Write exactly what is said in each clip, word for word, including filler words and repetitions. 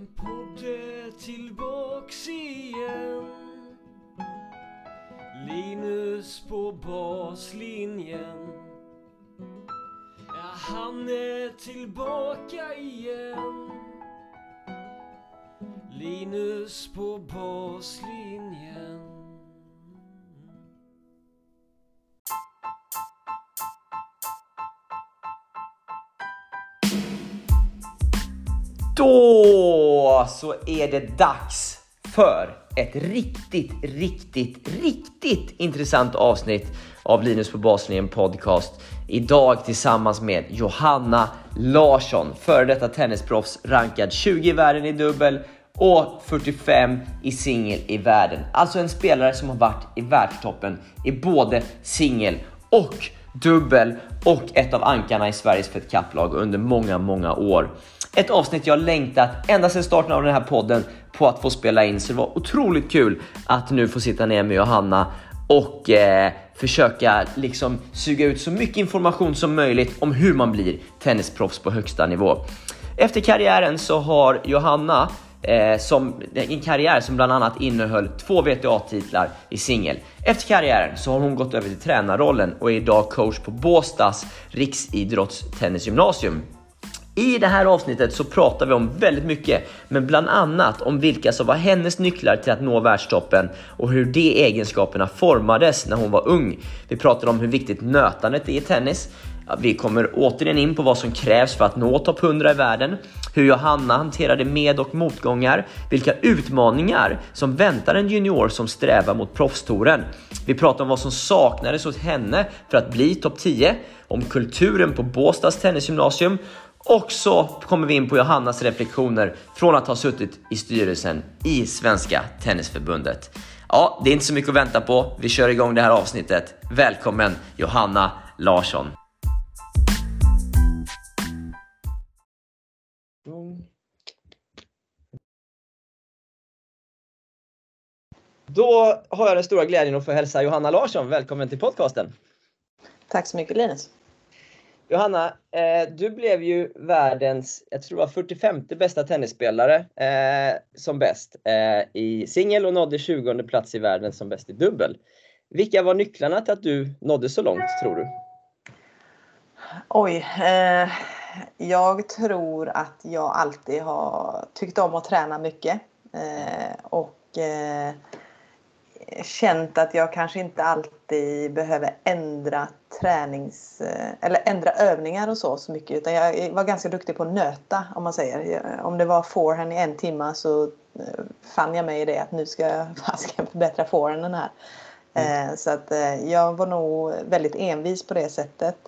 Min podd är tillbaks igen. Linus på baslinjen. Ja, han är tillbaka igen. Linus på baslinjen. Då så är det dags för ett riktigt, riktigt, riktigt intressant avsnitt av Linus på baslinjen podcast. Idag tillsammans med Johanna Larsson, före detta tennisproffs, rankad tjugo i världen i dubbel och fyrtiofem i singel i världen. Alltså en spelare som har varit i världstoppen i både singel och dubbel och ett av ankarna i Sveriges Fed Cup-lag under många, många år. Ett avsnitt jag längtat ända sedan starten av den här podden på att få spela in. Så det var otroligt kul att nu få sitta ner med Johanna och eh, försöka liksom suga ut så mycket information som möjligt om hur man blir tennisproffs på högsta nivå. Efter karriären så har Johanna eh, som, en karriär som bland annat innehöll två V T A-titlar i singel. Efter karriären så har hon gått över till tränarrollen och är idag coach på Båstads riksidrottstennisgymnasium. I det här avsnittet så pratar vi om väldigt mycket, men bland annat om vilka som var hennes nycklar till att nå världstoppen och hur de egenskaperna formades när hon var ung. Vi pratar om hur viktigt nötandet är i tennis. Ja, vi kommer återigen in på vad som krävs för att nå topp hundra i världen, hur Johanna hanterade med- och motgångar, vilka utmaningar som väntar en junior som strävar mot proffstouren. Vi pratar om vad som saknades hos henne för att bli topp tio, om kulturen på Båstads tennisgymnasium. Och så kommer vi in på Johannas reflektioner från att ha suttit i styrelsen i Svenska Tennisförbundet. Ja, det är inte så mycket att vänta på. Vi kör igång det här avsnittet. Välkommen Johanna Larsson. Då har jag den stora glädjen att få hälsa Johanna Larsson. Välkommen till podcasten. Tack så mycket, Linus. Johanna, eh, du blev ju världens, jag tror det var fyrtiofemte bästa tennisspelare eh, som bäst eh, i singel och nådde tjugonde plats i världen som bäst i dubbel. Vilka var nycklarna till att du nådde så långt, tror du? Oj, eh, jag tror att jag alltid har tyckt om att träna mycket eh, och eh, känt att jag kanske inte alltid behöver ändra tränings eller ändra övningar och så så mycket, utan jag var ganska duktig på att nöta, om man säger. Om det var forehand i en timme så fann jag mig i det att nu ska jag, ska jag förbättra forehanden här. Mm. Så att jag var nog väldigt envis på det sättet.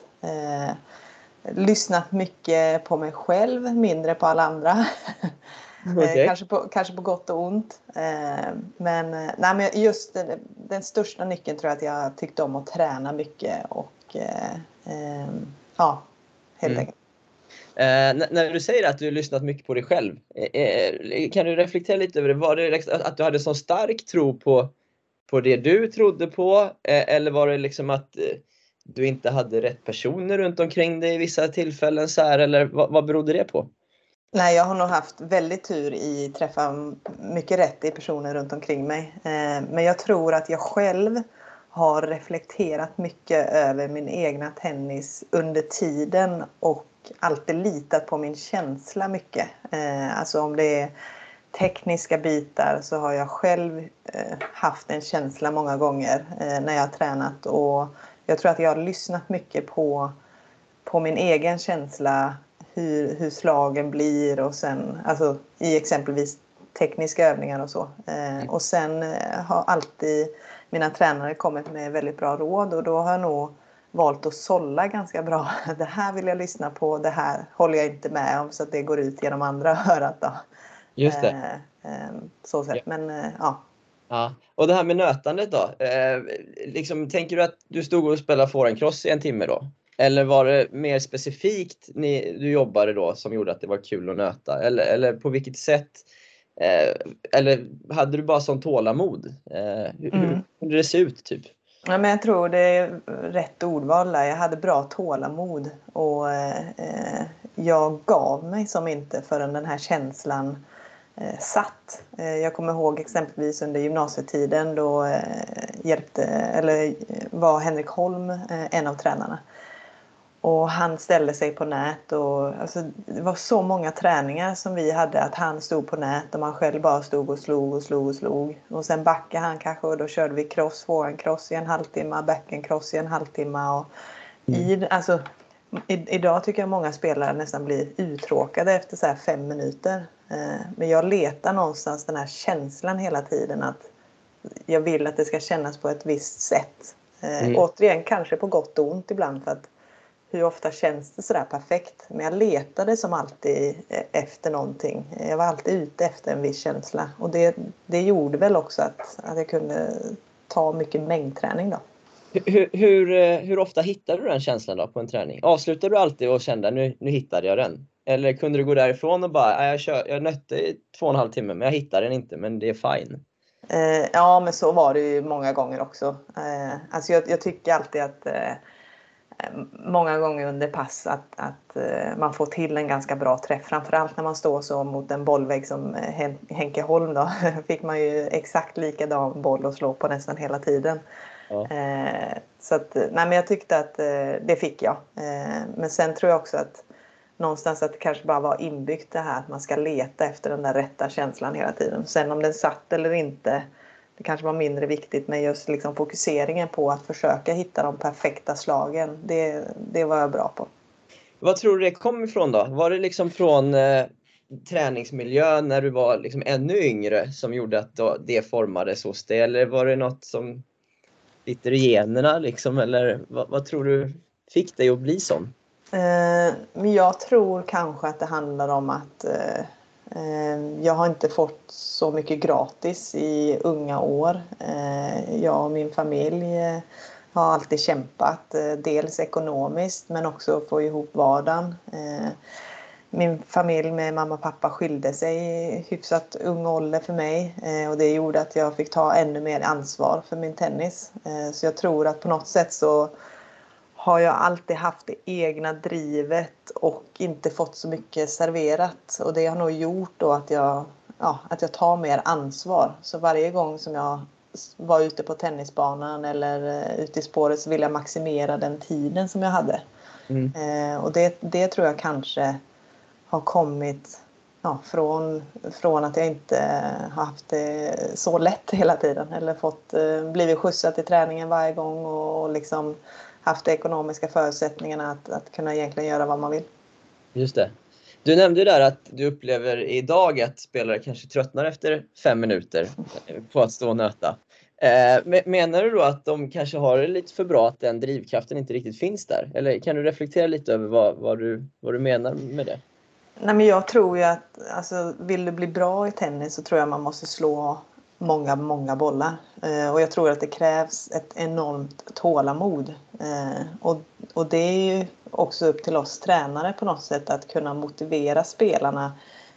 Lyssnat mycket på mig själv, mindre på alla andra. Okay. Kanske, på, kanske på gott och ont. Eh, men, nej, men just den, den största nyckeln tror jag att jag tyckte om att träna mycket. Och eh, eh, ja, helt mm. enkelt. Eh, n- när du säger att du har lyssnat mycket på dig själv. Eh, kan du reflektera lite över det? Var det att du hade så stark tro på, på det du trodde på? Eh, eller var det liksom att eh, du inte hade rätt personer runt omkring dig i vissa tillfällen? Så här, eller vad, vad berodde det på? Nej, jag har nog haft väldigt tur i träffa mycket rätt i personer runt omkring mig. Men jag tror att jag själv har reflekterat mycket över min egna tennis under tiden och alltid litat på min känsla mycket. Alltså om det är tekniska bitar så har jag själv haft en känsla många gånger när jag har tränat. Och jag tror att jag har lyssnat mycket på, på min egen känsla. Hur, hur slagen blir och sen, alltså i exempelvis tekniska övningar och så. Eh, och sen eh, har alltid mina tränare kommit med väldigt bra råd och då har jag nog valt att sålla ganska bra. Det här vill jag lyssna på, det här håller jag inte med om så att det går ut genom andra örat då. Just det. Eh, eh, så sätt, ja. Men eh, ja. Ja, och det här med nötandet då. Eh, liksom, tänker du att du stod och spelade forehandcross i en timme då? Eller var det mer specifikt ni, du jobbade då som gjorde att det var kul att nöta? Eller, eller på vilket sätt? Eh, eller hade du bara sån tålamod? Eh, hur, mm. hur kunde det se ut typ? Ja, men jag tror det är rätt ordval där. Jag hade bra tålamod. Och eh, jag gav mig som inte förrän den här känslan eh, satt. Eh, jag kommer ihåg exempelvis under gymnasietiden då eh, hjälpte, eller var Henrik Holm eh, en av tränarna. Och han ställde sig på nät och alltså, det var så många träningar som vi hade att han stod på nät och man själv bara stod och slog och slog och slog. Och sen backade han kanske och då körde vi cross, forehand cross i en halvtimme, backhand cross i en halvtimme. Och i, alltså, i, idag tycker jag många spelare nästan blir uttråkade efter så här fem minuter. Eh, men jag letar någonstans den här känslan hela tiden att jag vill att det ska kännas på ett visst sätt. Eh, Mm. Återigen kanske på gott och ont ibland för att hur ofta känns det sådär perfekt. Men jag letade som alltid efter någonting. Jag var alltid ute efter en viss känsla. Och det, det gjorde väl också att, att jag kunde ta mycket mängdträning då. Hur, hur, hur ofta hittade du den känslan då på en träning? Avslutade du alltid och kände nu, nu hittade jag den? Eller kunde du gå därifrån och bara, jag, kör, jag nötte i två och en halv timme men jag hittade den inte, men det är fine. Eh, ja, men så var det ju många gånger också. Eh, alltså jag, jag tycker alltid att eh, många gånger under pass att, att uh, man får till en ganska bra träff. Framförallt när man står så mot en bollvägg som uh, Henke Holm då. Fick man ju exakt likadan boll att slå på nästan hela tiden. Ja. Uh, så att, nej men jag tyckte att uh, det fick jag. Uh, men sen tror jag också att någonstans att det kanske bara var inbyggt det här att man ska leta efter den där rätta känslan hela tiden. Sen om den satt eller inte, det kanske var mindre viktigt, men just liksom fokuseringen på att försöka hitta de perfekta slagen, det, det var jag bra på. Vad tror du det kom ifrån då? Var det liksom från eh, träningsmiljön när du var liksom ännu yngre som gjorde att då, det formades hos dig? Eller var det något som sitter i generna liksom? Eller vad, vad tror du fick dig att bli sån? Eh, men jag tror kanske att det handlar om att eh, jag har inte fått så mycket gratis i unga år. Jag och min familj har alltid kämpat, dels ekonomiskt men också få ihop vardagen. Min familj med mamma och pappa skilde sig i hyfsat ung ålder för mig och det gjorde att jag fick ta ännu mer ansvar för min tennis. Så jag tror att på något sätt så har jag alltid haft det egna drivet och inte fått så mycket serverat. Och det har nog gjort då att jag, ja, att jag tar mer ansvar. Så varje gång som jag var ute på tennisbanan eller ute i spåret så vill jag maximera den tiden som jag hade. Mm. Eh, och det, det tror jag kanske har kommit ja, från, från att jag inte har haft det så lätt hela tiden. Eller fått, eh, blivit skjutsat till träningen varje gång och, och liksom haft de ekonomiska förutsättningarna att, att kunna egentligen göra vad man vill. Just det. Du nämnde ju där att du upplever idag att spelare kanske tröttnar efter fem minuter på att stå och nöta. Eh, menar du då att de kanske har det lite för bra att den drivkraften inte riktigt finns där? Eller kan du reflektera lite över vad, vad, du, vad du menar med det? Nej, men jag tror ju att alltså, vill du bli bra i tennis så tror jag man måste slå många, många bollar. Eh, och jag tror att det krävs ett enormt tålamod. Eh, och, och det är ju också upp till oss tränare på något sätt att kunna motivera spelarna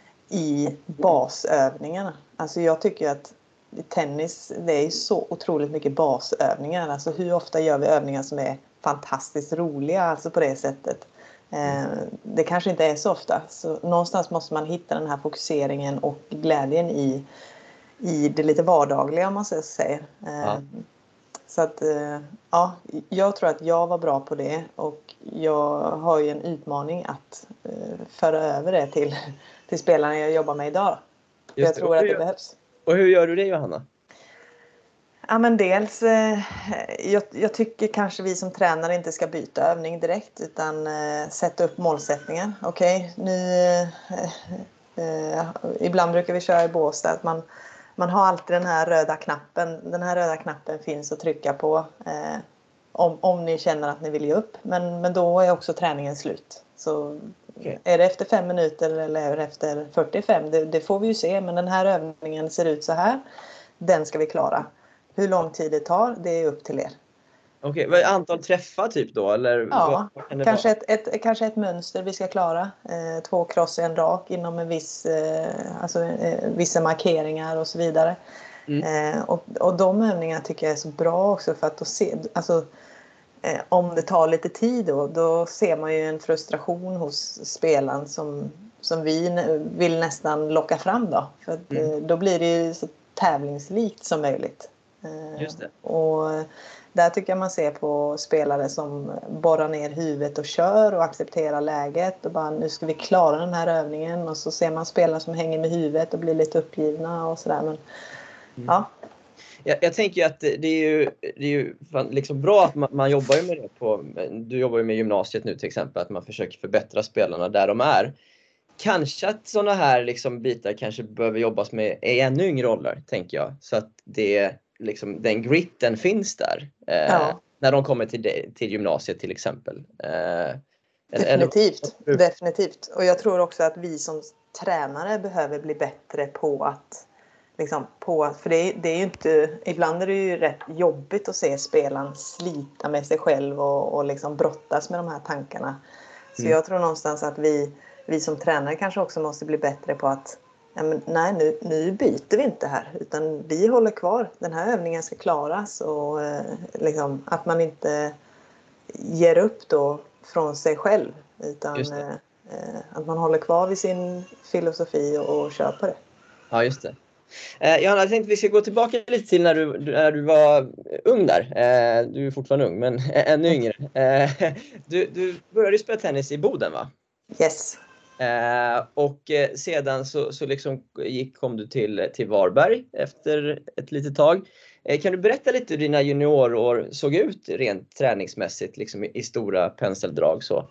i basövningarna. Alltså jag tycker att i tennis det är så otroligt mycket basövningar. Alltså hur ofta gör vi övningar som är fantastiskt roliga, alltså på det sättet. Eh, det kanske inte är så ofta. Så någonstans måste man hitta den här fokuseringen och glädjen i i det lite vardagliga om man så säger. Ja. Så att ja, jag tror att jag var bra på det och jag har ju en utmaning att föra över det till, till spelarna jag jobbar med idag. Just jag tror att det gör, behövs. Och hur gör du det, Johanna? Ja, men dels jag, jag tycker kanske vi som tränare inte ska byta övning direkt utan sätta upp målsättningar. Okej, okay, nu eh, ibland brukar vi köra i Båstad att man Man har alltid den här röda knappen. Den här röda knappen finns att trycka på eh, om, om ni känner att ni vill ge upp. Men, men då är också träningen slut. Så okay. Är det efter fem minuter eller är det efter fyrtiofem? Det, det får vi ju se. Men den här övningen ser ut så här. Den ska vi klara. Hur lång tid det tar, det är upp till er. Okej, vad är antal träffar typ då? Eller ja, vad kanske, ett, ett, kanske ett mönster vi ska klara. Eh, två cross i en rak inom en viss, eh, alltså, eh, vissa markeringar och så vidare. Mm. Eh, och, och de övningarna tycker jag är så bra också för att då se, alltså, eh, om det tar lite tid då, då ser man ju en frustration hos spelaren som, som vi vill nästan locka fram då. För att, mm. då blir det ju så tävlingslikt som möjligt. Just det. Och där tycker jag man ser på spelare som borrar ner huvudet och kör och accepterar läget. Och bara, nu ska vi klara den här övningen. Och så ser man spelare som hänger med huvudet och blir lite uppgivna och sådär. Men mm. ja. Jag, jag tänker att det är ju, det är ju liksom bra att man, man jobbar ju med det på, du jobbar ju med gymnasiet nu till exempel, att man försöker förbättra spelarna där de är. Kanske att sådana här liksom bitar kanske behöver jobbas med i ännu yngre åldrar, tänker jag. Så att det, liksom, den gritten finns där eh, ja. när de kommer till, till gymnasiet till exempel. Eh, definitivt, eller... definitivt. Och jag tror också att vi som tränare behöver bli bättre på att Liksom på, för det är, det är ju inte, ibland är det ju rätt jobbigt att se spelaren slita med sig själv och, och liksom brottas med de här tankarna. Så mm. jag tror någonstans att vi, vi som tränare kanske också måste bli bättre på att ja, men, nej, nu, nu byter vi inte här, utan vi håller kvar. Den här övningen ska klaras och eh, liksom, att man inte ger upp då från sig själv, utan eh, att man håller kvar vid sin filosofi och, och kör på det. Ja, just det. Eh, Johanna, jag tänkte att vi ska gå tillbaka lite till när du, när du var ung där. Eh, du är fortfarande ung, men ännu yngre. Eh, du, du började spela tennis i Boden, va? Yes. Eh, och sedan så, så liksom gick, kom du till, till Varberg efter ett litet tag. Eh, kan du berätta lite hur dina juniorår såg ut rent träningsmässigt, liksom i, i stora penseldrag så?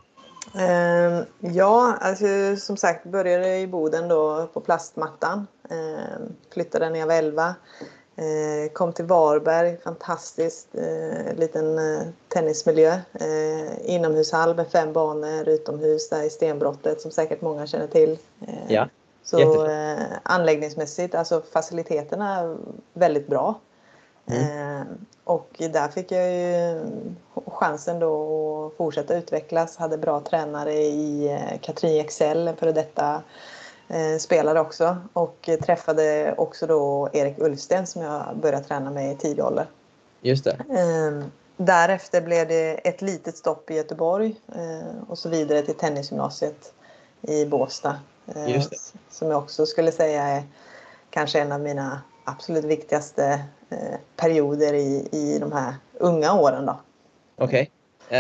Uh, ja, alltså som sagt började i Boden då på plastmattan. Uh, flyttade när jag var elva. Uh, kom till Varberg, fantastiskt. Uh, liten uh, tennismiljö. Uh, inomhushall med fem banor, utomhus där i Stenbrottet som säkert många känner till. Uh, ja, så uh, anläggningsmässigt, alltså faciliteterna är väldigt bra. Mm. Eh, och där fick jag ju chansen då att fortsätta utvecklas. Hade bra tränare i eh, Katrin Excel, för detta eh, spelare också. Och eh, träffade också då Erik Ulfsten som jag började träna med i tidig ålder. Just det. Eh, därefter blev det ett litet stopp i Göteborg eh, och så vidare till tennisgymnasiet i Båstad. Eh, Just det. Som jag också skulle säga är kanske en av mina absolut viktigaste eh, perioder i, i de här unga åren då. Okej. Okay.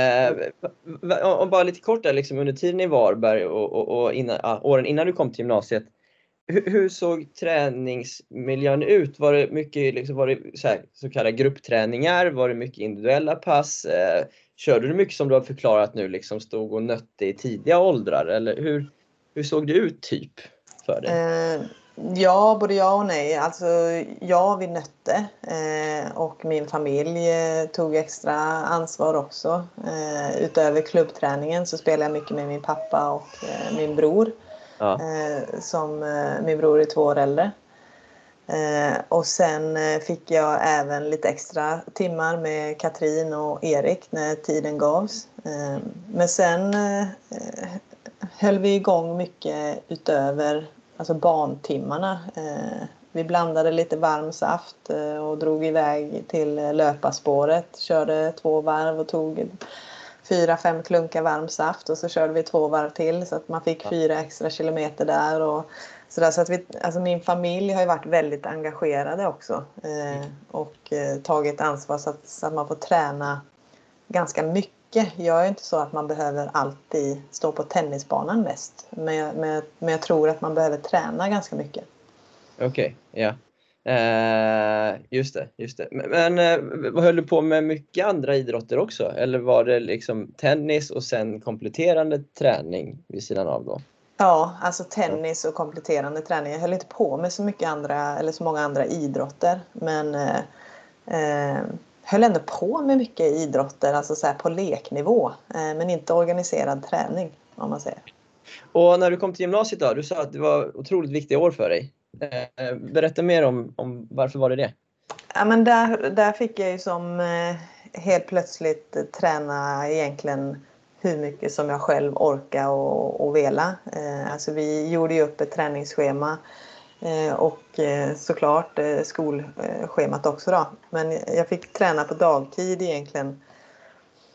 Eh, och bara lite kort där, liksom, under tiden i Varberg och, och, och innan, ah, åren innan du kom till gymnasiet. Hur, hur såg träningsmiljön ut? Var det mycket liksom, var det så, här, så kallade gruppträningar? Var det mycket individuella pass? Eh, körde du mycket som du har förklarat nu, liksom stod och nötte i tidiga åldrar? Eller hur, hur såg det ut typ för dig? Eh, Ja, både ja och nej. Alltså, ja, vi nötte eh, och min familj eh, tog extra ansvar också. Eh, utöver klubbträningen så spelade jag mycket med min pappa och eh, min bror. Ja. Eh, som eh, min bror är två år äldre. Eh, och sen eh, fick jag även lite extra timmar med Katrin och Erik när tiden gavs. Eh, men sen eh, höll vi igång mycket utöver alltså bantimmarna. Eh, vi blandade lite varm saft eh, och drog iväg till löparspåret. Körde två varv och tog fyra, fem klunkar varm saft. Och så körde vi två varv till så att man fick fyra extra kilometer där. Och så där, så att vi, alltså min familj har ju varit väldigt engagerade också. Eh, mm. Och eh, tagit ansvar så att, så att man får träna ganska mycket. Jag är inte så att man behöver alltid stå på tennisbanan mest. Men jag, men, men jag tror att man behöver träna ganska mycket. Okej, okay, ja. Eh, just det, just det. Men, men eh, vad höll du på med mycket andra idrotter också? Eller var det liksom tennis och sen kompletterande träning vid sidan av då? Ja, alltså tennis och kompletterande träning. Jag höll inte på med så mycket andra, eller så många andra idrotter. Men eh, eh, höll ändå på med mycket idrotter, alltså så här på leknivå. Eh, men inte organiserad träning, om man säger. Och när du kom till gymnasiet då, du sa att det var otroligt viktiga år för dig. Eh, berätta mer om, om varför var det det? Ja, men där, där fick jag ju som eh, helt plötsligt eh, träna egentligen hur mycket som jag själv orkar och, och vela. Eh, alltså vi gjorde ju upp ett träningsschema eh, och eh, såklart eh, skolschemat också då. Men jag fick träna på dagtid egentligen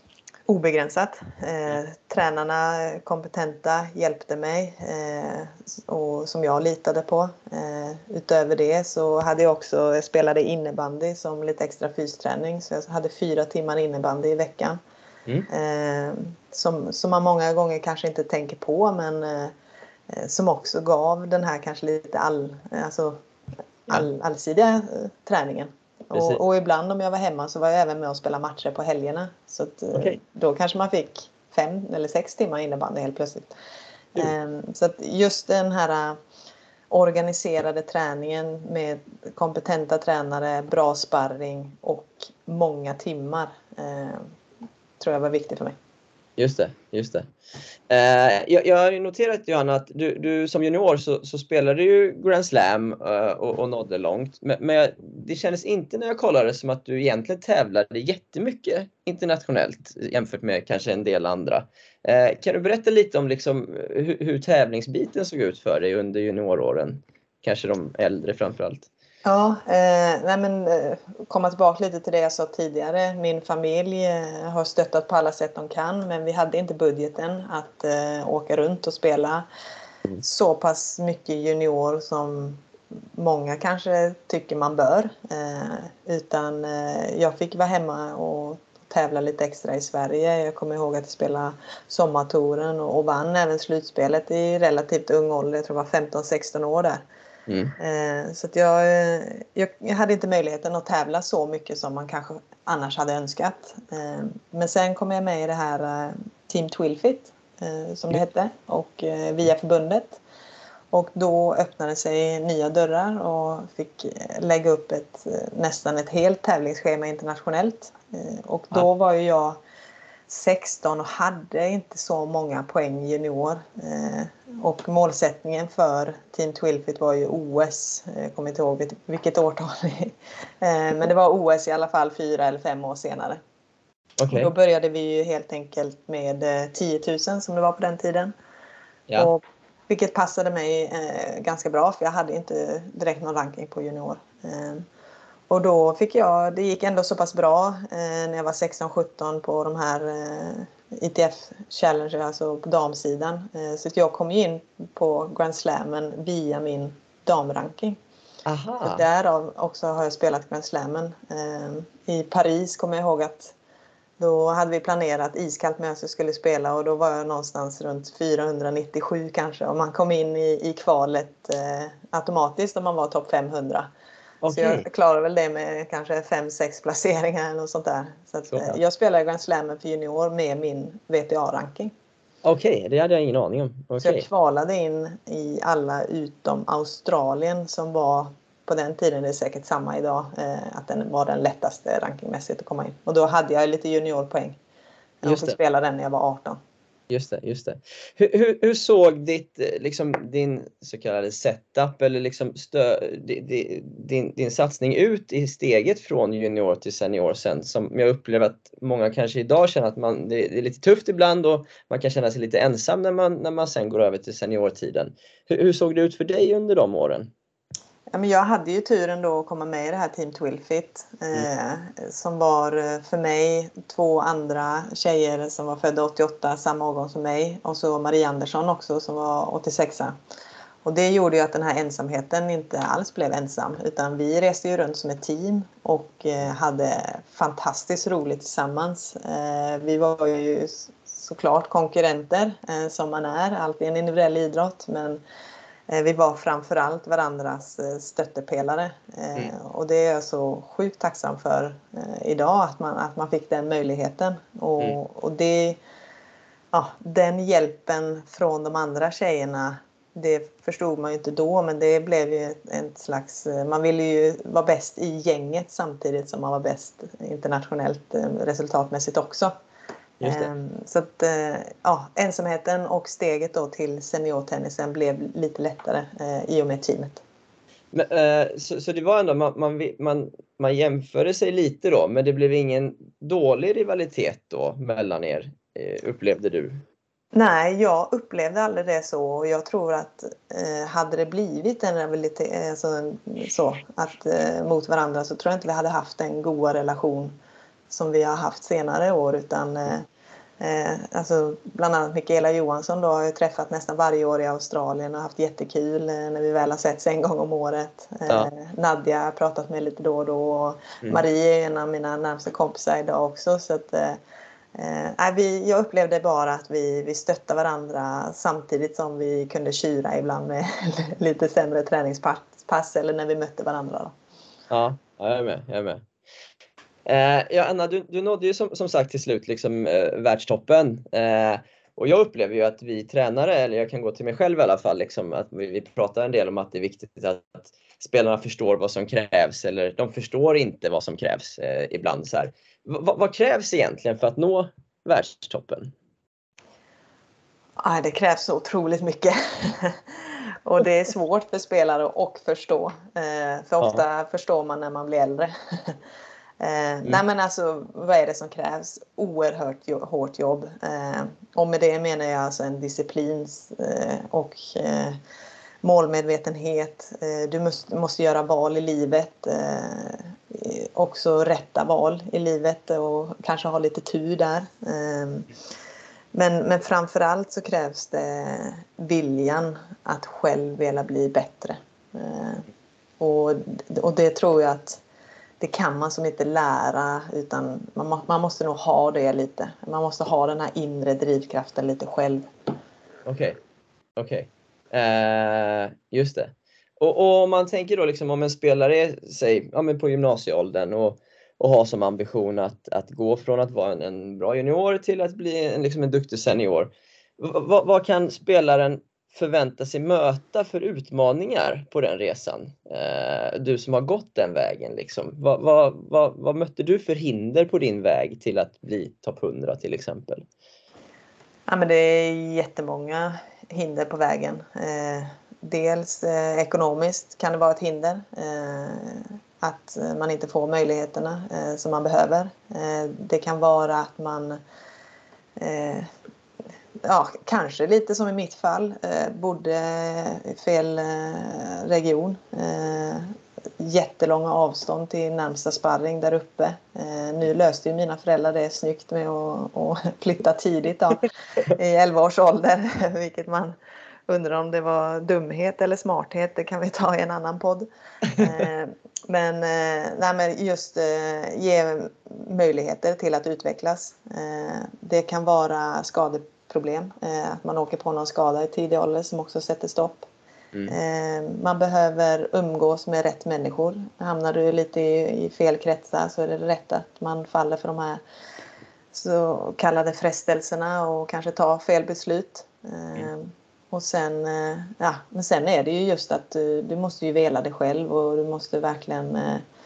obegränsat. Eh, tränarna kompetenta hjälpte mig eh, och som jag litade på. Eh, utöver det så hade jag också, jag spelade innebandy som lite extra fysträning, så jag hade fyra timmar innebandy i veckan. Mm. Eh, som, som man många gånger kanske inte tänker på, men eh, som också gav den här kanske lite all, alltså all, allsidiga eh, träningen. Och, och ibland om jag var hemma så var jag även med och spela matcher på helgerna. Så att, Okay. då kanske man fick fem eller sex timmar innebandy helt plötsligt. Mm. Så att just den här organiserade träningen med kompetenta tränare, bra sparring och många timmar eh, tror jag var viktigt för mig. Just det, just det. Eh, jag, jag har ju noterat, Johanna, att du, du som junior så, så spelade ju Grand Slam eh, och, och nådde långt. Men, men det kändes inte när jag kollade som att du egentligen tävlade jättemycket internationellt jämfört med kanske en del andra. Eh, kan du berätta lite om liksom, hur, hur tävlingsbiten såg ut för dig under junioråren? Kanske de äldre framförallt. Ja, eh, nej men eh, komma tillbaka lite till det jag sa tidigare. Min familj eh, har stöttat på alla sätt de kan, men vi hade inte budgeten att eh, åka runt och spela mm. så pass mycket junior som många kanske tycker man bör. Eh, utan eh, jag fick vara hemma och tävla lite extra i Sverige. Jag kommer ihåg att jag spelade sommartouren och, och vann även slutspelet i relativt ung ålder. Jag tror det var femton sexton år där. Mm. Eh, så att jag, jag, jag hade inte möjligheten att tävla så mycket som man kanske annars hade önskat. Eh, men sen kom jag med i det här eh, Team Twilfit eh, som det hette och eh, via förbundet. Och då öppnade sig nya dörrar och fick lägga upp ett, nästan ett helt tävlingsschema internationellt. Eh, och då var ju jag sexton och hade inte så många poäng junior. Eh, och målsättningen för Team Twilfit var ju O S. Jag kommer inte ihåg vilket årtal. eh, men det var O S i alla fall fyra eller fem år senare. Okay. Och då började vi ju helt enkelt med eh, tio tusen som det var på den tiden. Ja. Och, vilket passade mig eh, ganska bra, för jag hade inte direkt någon ranking på junior. Eh, Och då fick jag, det gick ändå så pass bra eh, när jag var sexton sjutton på de här eh, I T F Challenger, alltså på damsidan. Eh, så att jag kom in på Grand Slammen via min damranking. Aha. Så därav också har jag spelat Grand Slammen. Eh, I Paris kommer jag ihåg att då hade vi planerat iskallt med att jag skulle spela, och då var jag någonstans runt fyrahundranittiosju kanske. Och man kom in i, i kvalet eh, automatiskt om man var topp femhundra. Okay. Så jag klarar väl det med kanske fem sex placeringar eller något sånt där. Så att, så eh, jag spelar Grand Slam för junior med min V T A-ranking. Okej, okay, det hade jag ingen aning om. Okay. Så jag kvalade in i alla utom Australien, som var på den tiden, det är säkert samma idag, eh, att den var den lättaste rankingmässigt att komma in. Och då hade jag lite juniorpoäng. Jag fick spela den när jag var arton. Just det, just det. Hur, hur, hur såg ditt, liksom, din så kallade setup eller liksom stö, din, din, din satsning ut i steget från junior till senior sen? Som jag upplever att många kanske idag känner att man, det är lite tufft ibland och man kan känna sig lite ensam när man, när man sen går över till seniortiden. Hur, hur såg det ut för dig under de åren? Ja, men jag hade ju turen då att komma med i det här Team Twilfit. Eh, mm. Som var för mig två andra tjejer som var födda åttioåtta, samma årgång som mig. Och så Marie Andersson också som var åttiosex. Och det gjorde ju att den här ensamheten inte alls blev ensam. Utan vi reste ju runt som ett team och eh, hade fantastiskt roligt tillsammans. Eh, vi var ju såklart konkurrenter eh, som man är. Alltid en individuell idrott, men vi var framförallt varandras stöttepelare. Mm. Och det är jag så sjukt tacksam för idag, att man, att man fick den möjligheten. Och, mm. och det, ja, den hjälpen från de andra tjejerna, det förstod man ju inte då, men det blev ju en slags, man ville ju vara bäst i gänget samtidigt som man var bäst internationellt resultatmässigt också. Så att ja, ensamheten och steget då till seniortennisen blev lite lättare eh, i och med teamet. Men, eh, så, så det var ändå, man, man, man, man jämförde sig lite då, men det blev ingen dålig rivalitet då mellan er, eh, upplevde du? Nej, jag upplevde aldrig det så. Jag tror att eh, hade det blivit en rivalitet alltså, så, att, eh, mot varandra, så tror jag inte vi hade haft en goda relation som vi har haft senare år, utan eh, Eh, alltså bland annat Mikaela Johansson då har jag träffat nästan varje år i Australien och haft jättekul eh, när vi väl har setts en gång om året. Eh, Ja. Nadja har jag pratat med lite då och då och Mm. Marie är en av mina närmsta kompisar idag också. Så att, eh, eh, vi, jag upplevde bara att vi, vi stötte varandra samtidigt som vi kunde tjura ibland med lite sämre träningspass eller när vi mötte varandra. Då. Ja, ja, jag är med. Jag är med. Eh, ja, Anna, du, du nådde ju som, som sagt till slut liksom, eh, världstoppen. Eh, och jag upplever ju att vi tränare, eller jag kan gå till mig själv i alla fall, liksom, att vi, vi pratar en del om att det är viktigt att, att spelarna förstår vad som krävs. Eller de förstår inte vad som krävs eh, ibland. Så här. V- vad krävs egentligen för att nå världstoppen? Ja, det krävs så otroligt mycket. Och det är svårt för spelare att förstå. Eh, för ofta ja. förstår man när man blir äldre. eh, mm. Nej men alltså, vad är det som krävs? Oerhört jo- hårt jobb. Eh, och med det menar jag alltså en disciplin eh, och eh, målmedvetenhet. Eh, du måste, måste göra val i livet. Eh, också rätta val i livet och kanske ha lite tur där. Eh, Men, men framförallt så krävs det viljan att själv vilja bli bättre. Eh, och, och det tror jag att det kan man som inte lära, utan man, må, man måste nog ha det lite. Man måste ha den här inre drivkraften lite själv. Okej, okay. okej. Okay. Eh, just det. Och, och om man tänker då liksom om en spelare, säg, ja, men på gymnasieåldern och och ha som ambition att, att gå från att vara en, en bra junior till att bli en, liksom en duktig senior. V- vad, vad kan spelaren förvänta sig möta för utmaningar på den resan? Eh, du som har gått den vägen. Liksom. Vad, vad, vad, vad mötte du för hinder på din väg till att bli topp hundra till exempel? Ja, men det är jättemånga hinder på vägen. Eh, dels eh, ekonomiskt kan det vara ett hinder. Eh, att man inte får möjligheterna eh, som man behöver. Eh, det kan vara att man, eh, ja, kanske lite som i mitt fall, eh, bodde i fel eh, region. Eh, jättelånga avstånd till närmsta sparring där uppe. Eh, nu löste ju mina föräldrar det snyggt med att, att flytta tidigt då, i elva års ålder, vilket man undrar om det var dumhet eller smarthet, det kan vi ta i en annan podd. Eh, men, eh, nej, men just eh, ge möjligheter till att utvecklas. Eh, det kan vara skadeproblem, eh, att man åker på någon skada i tidig ålder som också sätter stopp. Mm. Eh, man behöver umgås med rätt människor. Hamnar du lite i, i fel kretsar så är det rätt att man faller för de här så kallade frestelserna och kanske tar fel beslut. Eh, mm. Och sen, ja, men sen är det ju just att du, du måste ju vela dig själv och du måste verkligen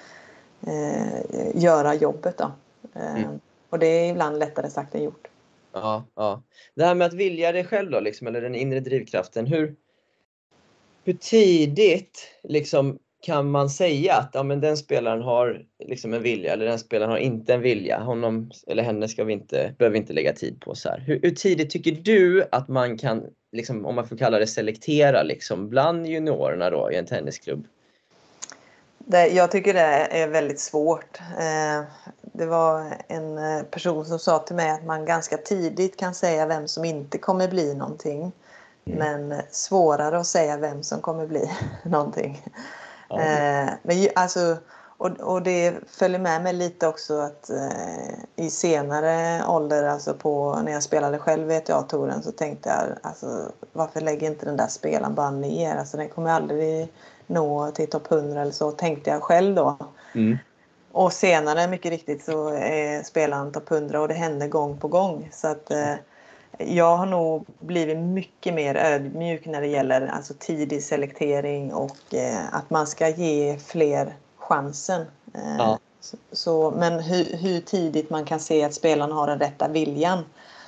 eh, göra jobbet då. Eh, mm. Och det är ibland lättare sagt än gjort. Ja, ja. Det här med att vilja dig själv då, liksom, eller den inre drivkraften. Hur, hur tidigt liksom, kan man säga att ja, men den spelaren har liksom en vilja eller den spelaren har inte en vilja? Honom eller henne ska vi inte, behöver vi inte lägga tid på. Så här. Hur, hur tidigt tycker du att man kan, liksom, om man får kalla det selektera liksom, bland juniorerna då, i en tennisklubb? Det, jag tycker det är väldigt svårt. Eh, det var en person som sa till mig att man ganska tidigt kan säga vem som inte kommer bli någonting. Mm. Men svårare att säga vem som kommer bli någonting. Ja. Eh, men alltså, och, och det följer med mig lite också att eh, i senare ålder, alltså på, när jag spelade själv V T A-touren, så tänkte jag, alltså, varför lägger inte den där spelaren bara ner? Alltså, den kommer aldrig nå till topp hundra eller så, tänkte jag själv då. Mm. Och senare, mycket riktigt, så är spelaren topp hundra och det händer gång på gång. Så att eh, jag har nog blivit mycket mer ödmjuk när det gäller alltså tidig selektering och eh, att man ska ge fler chansen. Eh, ja. så, så, men hur, hur tidigt man kan se att spelaren har den rätta viljan,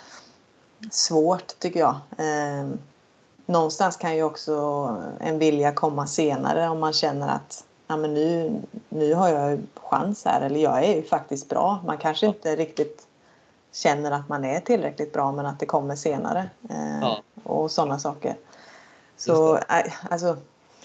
svårt tycker jag. Eh, någonstans kan ju också en vilja komma senare om man känner att ja, men nu, nu har jag chans här, eller jag är ju faktiskt bra. Man kanske inte riktigt känner att man är tillräckligt bra, men att det kommer senare. Eh, ja. Och sådana saker. Så alltså,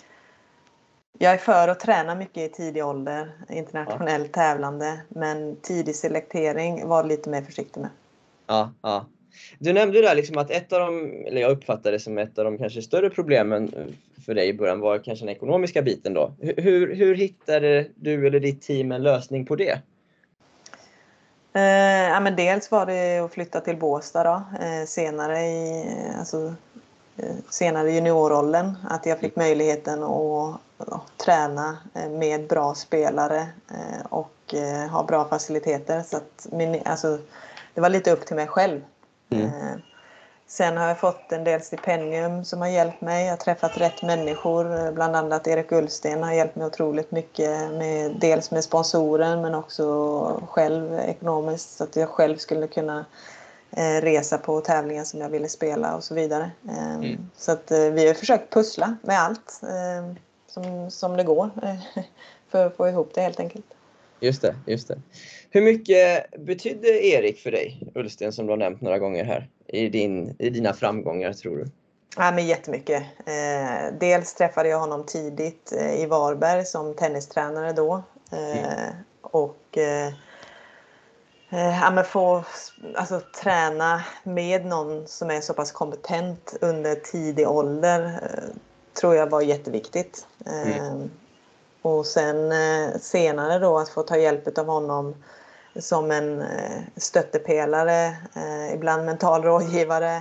jag är för att träna mycket i tidig ålder, internationellt ja. tävlande, men tidig selektering var lite mer försiktig med. Ja, ja. Du nämnde där liksom att ett av de, eller jag uppfattade det som ett av de kanske större problemen för dig i början var kanske den ekonomiska biten då. Hur, hur hittade du eller ditt team en lösning på det? Eh, ja, men dels var det att flytta till Båstad då, eh, senare i alltså, eh, senare i juniorrollen. Att jag fick möjligheten att ja, träna eh, med bra spelare eh, och eh, ha bra faciliteter. Så att min, alltså, det var lite upp till mig själv. Mm. Eh, sen har jag fått en del stipendium som har hjälpt mig. Jag har träffat rätt människor. Bland annat Erik Ullsten har hjälpt mig otroligt mycket. Med, dels med sponsoren men också själv ekonomiskt. Så att jag själv skulle kunna eh, resa på tävlingar som jag ville spela och så vidare. Eh, Mm. Så att eh, vi har försökt pussla med allt eh, som, som det går. Eh, för att få ihop det helt enkelt. Just det, just det. Hur mycket betydde Erik för dig, Ullsten, som du har nämnt några gånger här, i, din, i dina framgångar, tror du? Ja, men jättemycket. Eh, dels träffade jag honom tidigt eh, i Varberg som tennistränare då. Eh, mm. Och eh, ja, men få alltså, träna med någon som är så pass kompetent under tidig ålder eh, tror jag var jätteviktigt. Eh, mm. Och sen eh, senare då att få ta hjälp av honom som en eh, stöttepelare, eh, ibland mental rådgivare,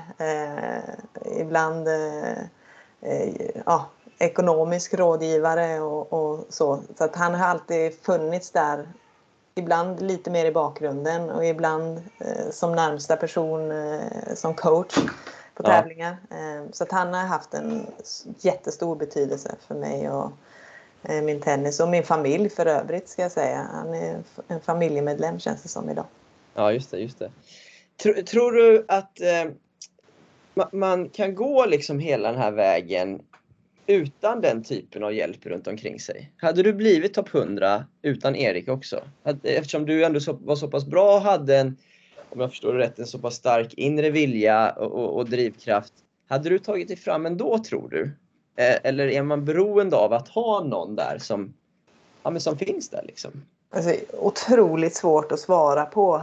eh, ibland eh, eh, ja, ekonomisk rådgivare och, och så. Så att han har alltid funnits där, ibland lite mer i bakgrunden och ibland eh, som närmsta person eh, som coach på Ja. tävlingar. Eh, så att han har haft en jättestor betydelse för mig och min tennis och min familj för övrigt, ska jag säga. Han är en familjemedlem, känns det som idag. Ja, just det, just det. Tror, tror du att eh, ma- man kan gå liksom hela den här vägen utan den typen av hjälp runt omkring sig? Hade du blivit topp hundra utan Erik också? Hade, eftersom du ändå så, var så pass bra och hade en, om jag förstår det rätt, en så pass stark inre vilja och, och, och drivkraft. Hade du tagit dig fram ändå, tror du? Eller är man beroende av att ha någon där som, ja, men som finns där liksom? Alltså, otroligt svårt att svara på.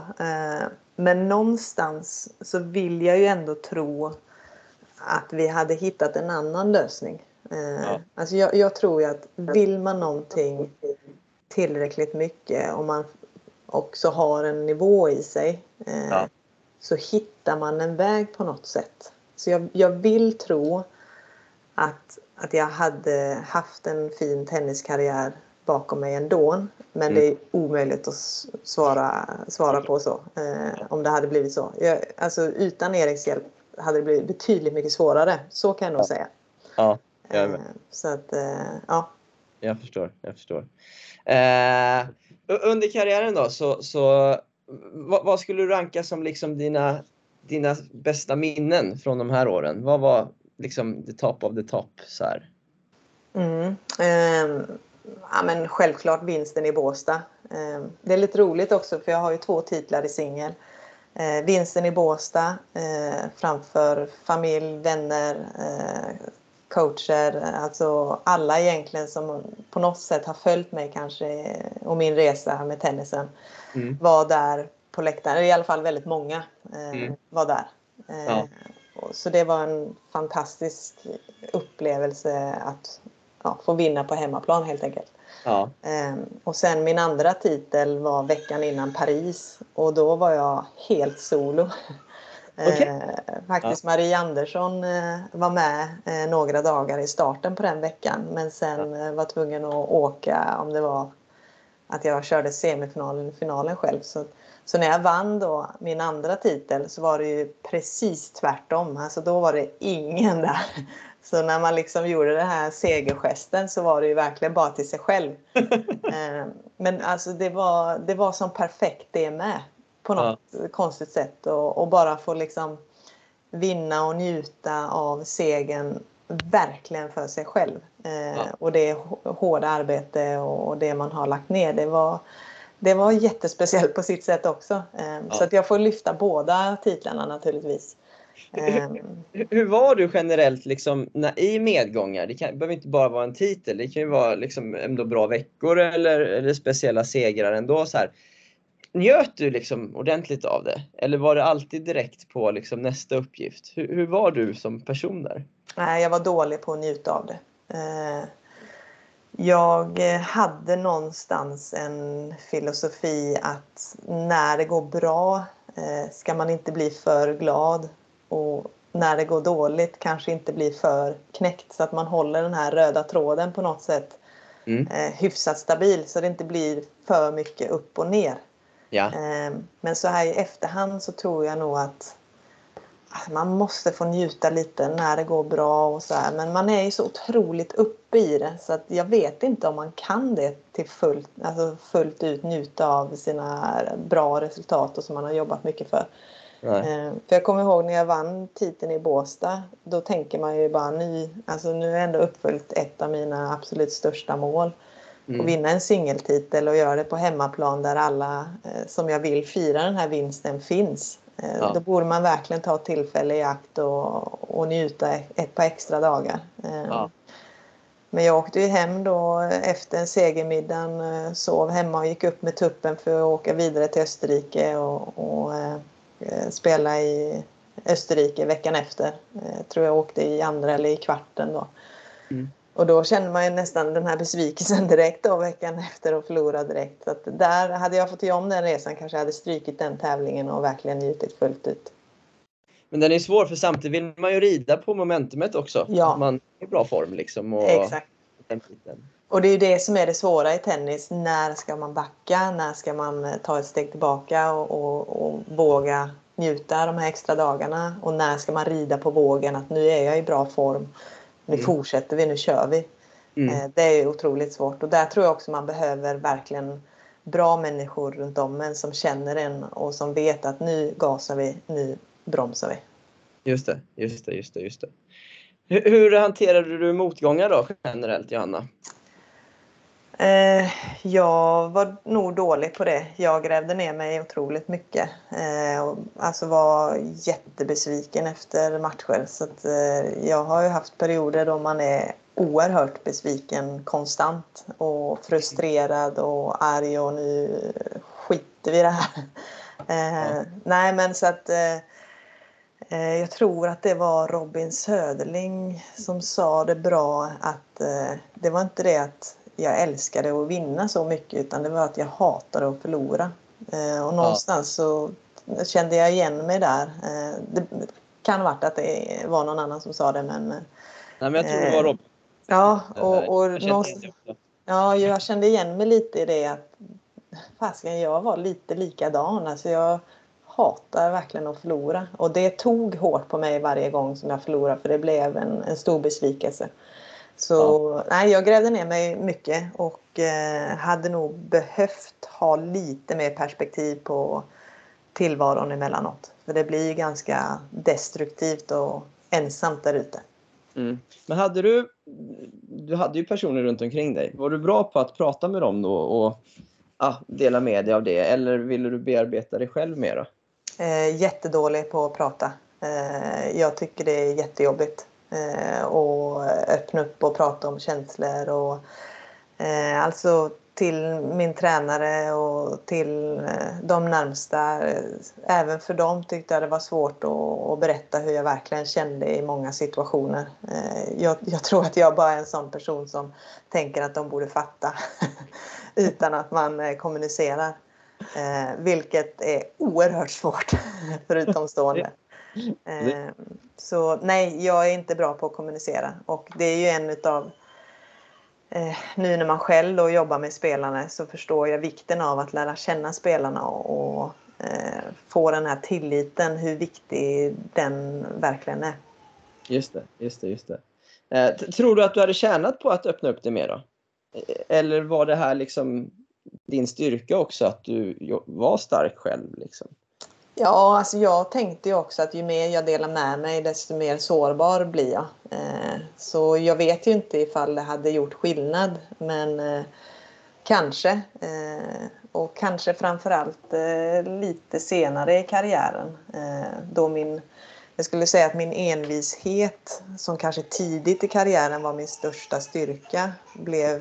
Men någonstans så vill jag ju ändå tro att vi hade hittat en annan lösning. Ja. Alltså jag, jag tror ju att vill man någonting tillräckligt mycket och man också har en nivå i sig, ja, så hittar man en väg på något sätt. Så jag, jag vill tro att, att jag hade haft en fin tenniskarriär bakom mig ändå. Men mm. det är omöjligt att svara, svara på så. Eh, om det hade blivit så. Jag, alltså utan Eriks hjälp hade det blivit betydligt mycket svårare. Så kan jag nog ja. säga. Ja, jag eh, så att, eh, ja. Jag förstår, jag förstår. Eh, under karriären då, så, så vad, vad skulle du ranka som liksom dina, dina bästa minnen från de här åren? Vad var liksom the top of the top så här? Mm. Eh, ja, men självklart vinsten i Båstad. Eh, det är lite roligt också för jag har ju två titlar i singel. Eh, vinsten i Båstad eh, framför familj, vänner, eh, coacher, alltså alla egentligen som på något sätt har följt mig kanske och min resa med tennisen mm. var där på läktaren. I alla fall väldigt många eh, mm. var där. Eh, ja. Så det var en fantastisk upplevelse att ja, få vinna på hemmaplan helt enkelt. Ja. Eh, och sen min andra titel var veckan innan Paris och då var jag helt solo. Okay. Eh, faktiskt ja. Marie Andersson eh, var med eh, några dagar i starten på den veckan. Men sen ja. eh, var tvungen att åka om det var att jag körde semifinalen och finalen själv. Så, så när jag vann då min andra titel så var det ju precis tvärtom. Alltså då var det ingen där. Så när man liksom gjorde den här segergesten så var det ju verkligen bara till sig själv. eh, men alltså det var, det var som perfekt det med. På något ja. konstigt sätt. Och, och bara få liksom vinna och njuta av segern verkligen för sig själv. Eh, ja. Och det hårda arbete och det man har lagt ner. Det var, det var jättespeciellt på sitt sätt också. Eh, ja. Så att jag får lyfta båda titlarna naturligtvis. Hur, hur, hur var du generellt liksom, när, i medgångar? Det, kan, det behöver inte bara vara en titel. Det kan ju vara liksom, ändå bra veckor eller, eller speciella segrar ändå. Så här. njöt du liksom ordentligt av det? Eller var det alltid direkt på liksom nästa uppgift? Hur, hur var du som person där? Nej, jag var dålig på att njuta av det. Eh, Jag hade någonstans en filosofi att när det går bra eh, ska man inte bli för glad. Och när det går dåligt kanske inte bli för knäckt. Så att man håller den här röda tråden på något sätt Mm. eh, hyfsat stabil. Så det inte blir för mycket upp och ner. Ja. Eh, men så här i efterhand så tror jag nog att man måste få njuta lite när det går bra och så här. Men man är ju så otroligt uppe i det. Så att jag vet inte om man kan det till fullt, alltså fullt ut njuta av sina bra resultat och som man har jobbat mycket för. Nej. Eh, för jag kommer ihåg när jag vann titeln i Båstad. Då tänker man ju bara ny, alltså nu är jag ändå uppfyllt ett av mina absolut största mål. Mm. Och vinna en singeltitel och göra det på hemmaplan där alla eh, som jag vill fira den här vinsten finns. Ja. Då borde man verkligen ta tillfälle i akt och, och njuta ett par extra dagar. Ja. Men jag åkte ju hem då efter en segermiddag, sov hemma och gick upp med tuppen för att åka vidare till Österrike och, och eh, spela i Österrike veckan efter. Jag tror jag åkte i andra eller i kvarten då. Mm. Och då kände man ju nästan den här besvikelsen direkt då veckan efter och förlora direkt. Så att där hade jag fått göra om den resan kanske jag hade strykit den tävlingen och verkligen njutit fullt ut. Men den är svår för samtidigt vill man ju rida på momentumet också. Ja. Att man är i bra form liksom. Och Exakt. Den biten. Och det är ju det som är det svåra i tennis. När ska man backa? När ska man ta ett steg tillbaka och, och, och våga njuta de här extra dagarna? Och när ska man rida på vågen att nu är jag i bra form. Nu Mm. fortsätter vi, nu kör vi. Mm. Det är ju otroligt svårt. Och där tror jag också man behöver verkligen bra människor runt om en som känner en och som vet att nu gasar vi, nu bromsar vi. Just det, just det, just det, just det. Hur, hur hanterade du motgångar då generellt, Johanna? Eh, jag var nog dålig på det. Jag grävde ner mig otroligt mycket. Eh, och alltså var jättebesviken efter matcher. Så att, eh, jag har ju haft perioder då man är oerhört besviken konstant. Och frustrerad och arg och nu skiter vi i det här. Eh, Ja. Nej men så att... Eh, Jag tror att det var Robin Söderling som sa det bra att eh, det var inte det att jag älskade att vinna så mycket utan det var att jag hatade att förlora. Eh, och någonstans så kände jag igen mig där. Eh, det kan ha varit att det var någon annan som sa det men... Nej men jag tror det var Robin. Ja, och, och jag, någonstans, ja, jag kände igen mig lite i det att fasiken, jag var lite likadan. Alltså jag hatar verkligen att förlora. Och det tog hårt på mig varje gång som jag förlorade för det blev en, en stor besvikelse. Så ja. nej, jag grävde ner mig mycket och eh, hade nog behövt ha lite mer perspektiv på tillvaron emellanåt. För det blir ganska destruktivt och ensamt där ute. Mm. Men hade du, du hade ju personer runt omkring dig. Var du bra på att prata med dem då och ah, dela med dig av det? Eller ville du bearbeta dig själv mer då? Eh, jättedålig på att prata. Eh, jag tycker det är jättejobbigt. Eh, och öppna upp och prata om känslor. Och, eh, alltså till min tränare och till eh, de närmsta. Eh, även för dem tyckte jag det var svårt att, att berätta hur jag verkligen kände i många situationer. Eh, jag, jag tror att jag bara är en sån person som tänker att de borde fatta. Utan att man eh, kommunicerar. Eh, vilket är oerhört svårt för utomstående. Eh, så nej, jag är inte bra på att kommunicera. Och det är ju en utav... Eh, nu när man själv då jobbar med spelarna så förstår jag vikten av att lära känna spelarna och, och eh, få den här tilliten, hur viktig den verkligen är. Just det, just det, just det. Eh, tror du att du hade tjänat på att öppna upp det mer då? Eller var det här liksom din styrka också att du var stark själv liksom? Ja, alltså jag tänkte ju också att ju mer jag delar med mig desto mer sårbar blir jag. Eh, så jag vet ju inte ifall det hade gjort skillnad, men eh, kanske. Eh, och kanske framförallt eh, lite senare i karriären. Eh, då min, jag skulle säga att min envishet som kanske tidigt i karriären var min största styrka blev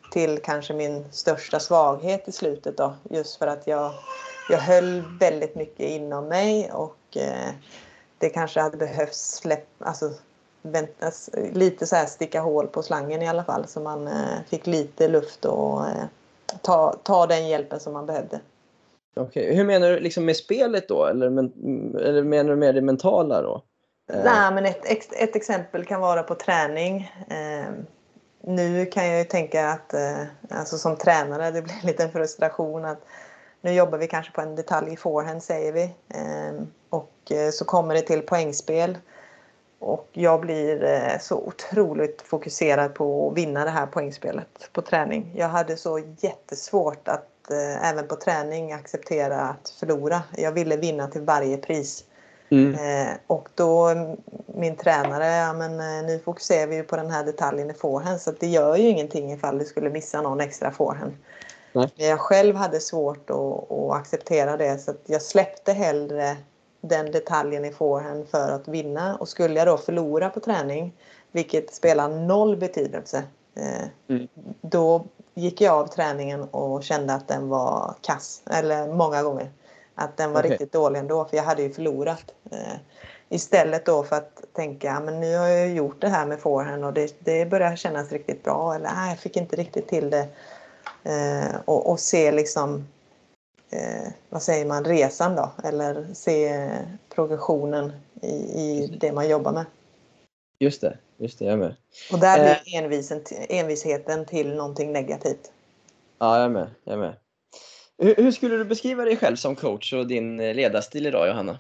till kanske min största svaghet i slutet då. Just för att jag, jag höll väldigt mycket inom mig och eh, det kanske hade behövts släppa, alltså väntas, lite så här sticka hål på slangen i alla fall. Så man eh, fick lite luft och eh, ta, ta den hjälpen som man behövde. Okej, okay. Hur menar du liksom med spelet då? Eller, men, eller menar du med det mentala då? Nej, men ett, ett exempel kan vara på träning. Eh, nu kan jag ju tänka att eh, alltså som tränare, det blir en liten frustration att nu jobbar vi kanske på en detalj i forehand säger vi. Eh, och eh, så kommer det till poängspel. Och jag blir eh, så otroligt fokuserad på att vinna det här poängspelet på träning. Jag hade så jättesvårt att eh, även på träning acceptera att förlora. Jag ville vinna till varje pris. Mm. Eh, och då min tränare, ja men eh, nu fokuserar vi ju på den här detaljen i forehand. Så att det gör ju ingenting ifall du skulle missa någon extra forehand. Nej. Jag själv hade svårt att, att acceptera det. Så att jag släppte hellre den detaljen i forehand för att vinna. Och skulle jag då förlora på träning, vilket spelar noll betydelse, eh, mm. då gick jag av träningen och kände att den var kass. Eller många gånger. Att den var okay. riktigt dålig ändå, för jag hade ju förlorat. Eh, istället då för att tänka, men nu har jag gjort det här med forehand och det, det börjar kännas riktigt bra. Eller nej, jag fick inte riktigt till det. Eh, och, och se liksom, eh, vad säger man, resan då. Eller se progressionen i, i det man jobbar med. Just det, just det, jag med. Och där blir eh. envisen, envisheten till någonting negativt. Ja, jag med, jag med. Hur, hur skulle du beskriva dig själv som coach och din ledarstil idag, Johanna?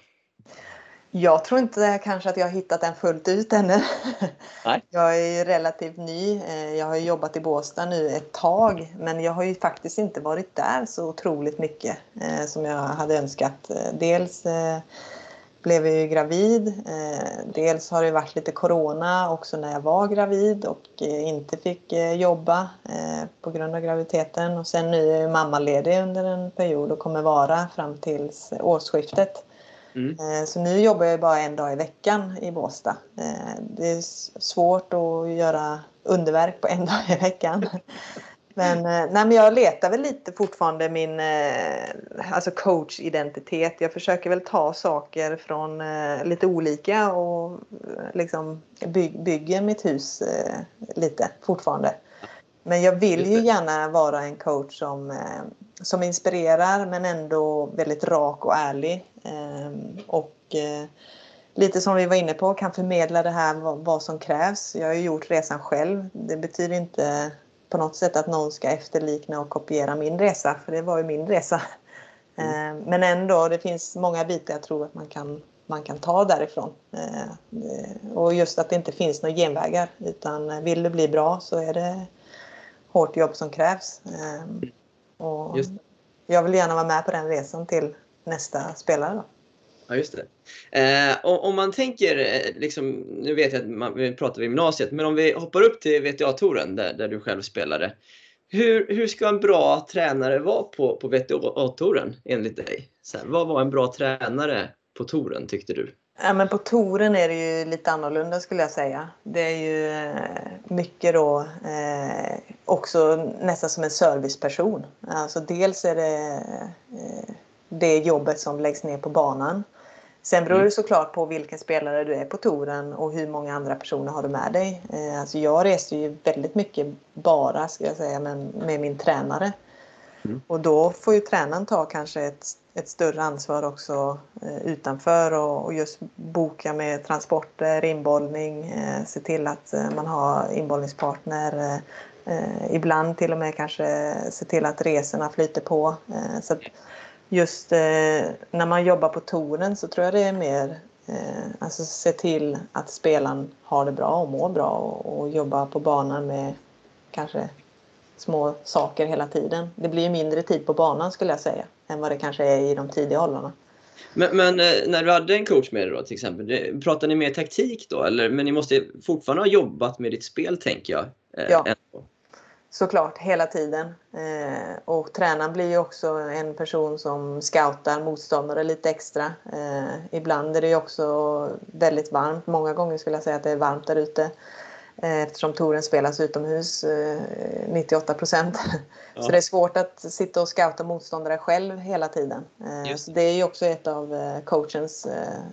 Jag tror inte kanske att jag har hittat den fullt ut ännu. Nej. Jag är relativt ny. Jag har jobbat i Båstad nu ett tag. Men jag har ju faktiskt inte varit där så otroligt mycket som jag hade önskat. Dels blev jag ju gravid. Dels har det varit lite corona också när jag var gravid och inte fick jobba på grund av graviditeten. Och sen nu är jag mammaledig under en period och kommer vara fram till årsskiftet. Mm. Så nu jobbar jag bara en dag i veckan i Båstad. Det är svårt att göra underverk på en dag i veckan. Men, nej, men jag letar väl lite fortfarande min alltså coach-identitet. Jag försöker väl ta saker från lite olika och liksom by- bygger mitt hus lite fortfarande. Men jag vill ju gärna vara en coach som, som inspirerar men ändå väldigt rak och ärlig. Och lite som vi var inne på, kan förmedla det här vad som krävs. Jag har ju gjort resan själv. Det betyder inte på något sätt att någon ska efterlikna och kopiera min resa. För det var ju min resa. Mm. Men ändå, det finns många bitar jag tror att man kan, man kan ta därifrån. Och just att det inte finns några genvägar. Utan vill det bli bra så är det hårt jobb som krävs. Och just det. Jag vill gärna vara med på den resan till nästa spelare då. Ja, just det. Eh, om man tänker, liksom, nu vet jag att man, vi pratar vid gymnasiet, men om vi hoppar upp till V T A-touren där, där du själv spelade. Hur, hur ska en bra tränare vara på, på V T A-touren enligt dig? Så här, vad var en bra tränare på touren tyckte du? Ja, men på touren är det ju lite annorlunda skulle jag säga. Det är ju mycket då eh, också nästan som en serviceperson. Alltså dels är det eh, det jobbet som läggs ner på banan. Sen beror det såklart på vilken spelare du är på touren och hur många andra personer har du med dig. Eh, alltså jag reser ju väldigt mycket bara ska jag säga med, med min tränare. Mm. Och då får ju tränaren ta kanske ett, ett större ansvar också eh, utanför och, och just boka med transporter, inbollning, eh, se till att eh, man har inbollningspartner. Eh, ibland till och med kanske se till att resorna flyter på. Eh, så att just eh, när man jobbar på touren så tror jag det är mer eh, alltså se till att spelaren har det bra och mår bra och, och jobba på banan med kanske små saker hela tiden. Det blir ju mindre tid på banan skulle jag säga än vad det kanske är i de tidiga åldrarna. Men, men när du hade en coach med dig då till exempel, pratar ni mer taktik då? Eller, men ni måste fortfarande ha jobbat med ditt spel tänker jag. Eh, ja, ändå. Såklart hela tiden. Eh, och tränaren blir ju också en person som scoutar motståndare lite extra. Eh, ibland är det ju också väldigt varmt. Många gånger skulle jag säga att det är varmt där ute. Eftersom touren spelas utomhus nittioåtta procent. Ja. Så det är svårt att sitta och scouta motståndare själv hela tiden. Just. Så det är ju också ett av coachens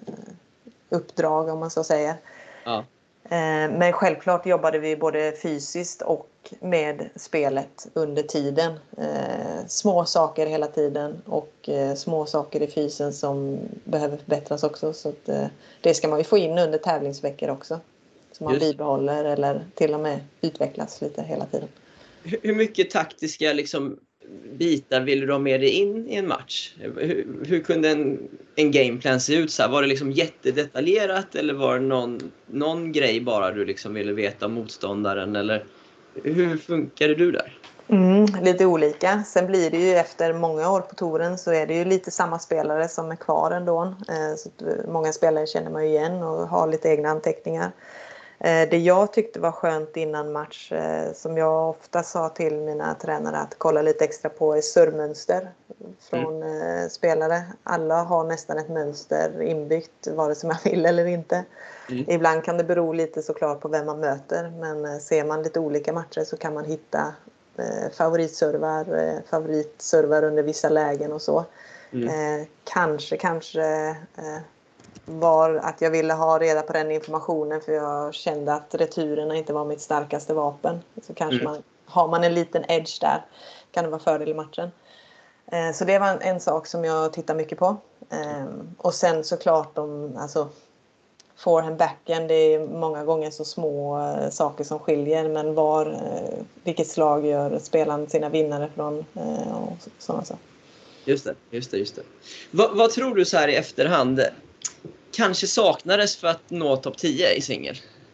uppdrag, om man så säger. Ja. Men självklart jobbade vi både fysiskt och med spelet under tiden. Små saker hela tiden och små saker i fysen som behöver förbättras också. Så att det ska man ju få in under tävlingsveckor också. Så man Just. bibehåller eller till och med utvecklas lite hela tiden. Hur mycket taktiska liksom, bitar vill du ha med dig in i en match? Hur, hur kunde en, en gameplan se ut? Så här? Var det liksom jättedetaljerat eller var det någon, någon grej bara du liksom ville veta om motståndaren? Eller hur funkade du där? Mm, lite olika. Sen blir det ju efter många år på touren så är det ju lite samma spelare som är kvar ändå. Så att många spelare känner man ju igen och har lite egna anteckningar. Det jag tyckte var skönt innan match, som jag ofta sa till mina tränare att kolla lite extra på, är surrmönster från mm. spelare. Alla har nästan ett mönster inbyggt, vare sig man vill eller inte. Mm. Ibland kan det bero lite såklart på vem man möter, men ser man lite olika matcher så kan man hitta eh, favoritservar, eh, favoritservar under vissa lägen och så. Mm. Eh, kanske, kanske... Eh, var att jag ville ha reda på den informationen för jag kände att returerna inte var mitt starkaste vapen. Så kanske mm. man, har man en liten edge där kan det vara fördel i matchen. Eh, så det var en, en sak som jag tittar mycket på. Eh, och sen såklart om alltså, forehand backhand, det är många gånger så små eh, saker som skiljer. Men var, eh, vilket slag gör spelaren sina vinnare från eh, och sådana saker. Just det, just det, just det. Va, vad tror du så här i efterhand kanske saknades för att nå topp tio i singel?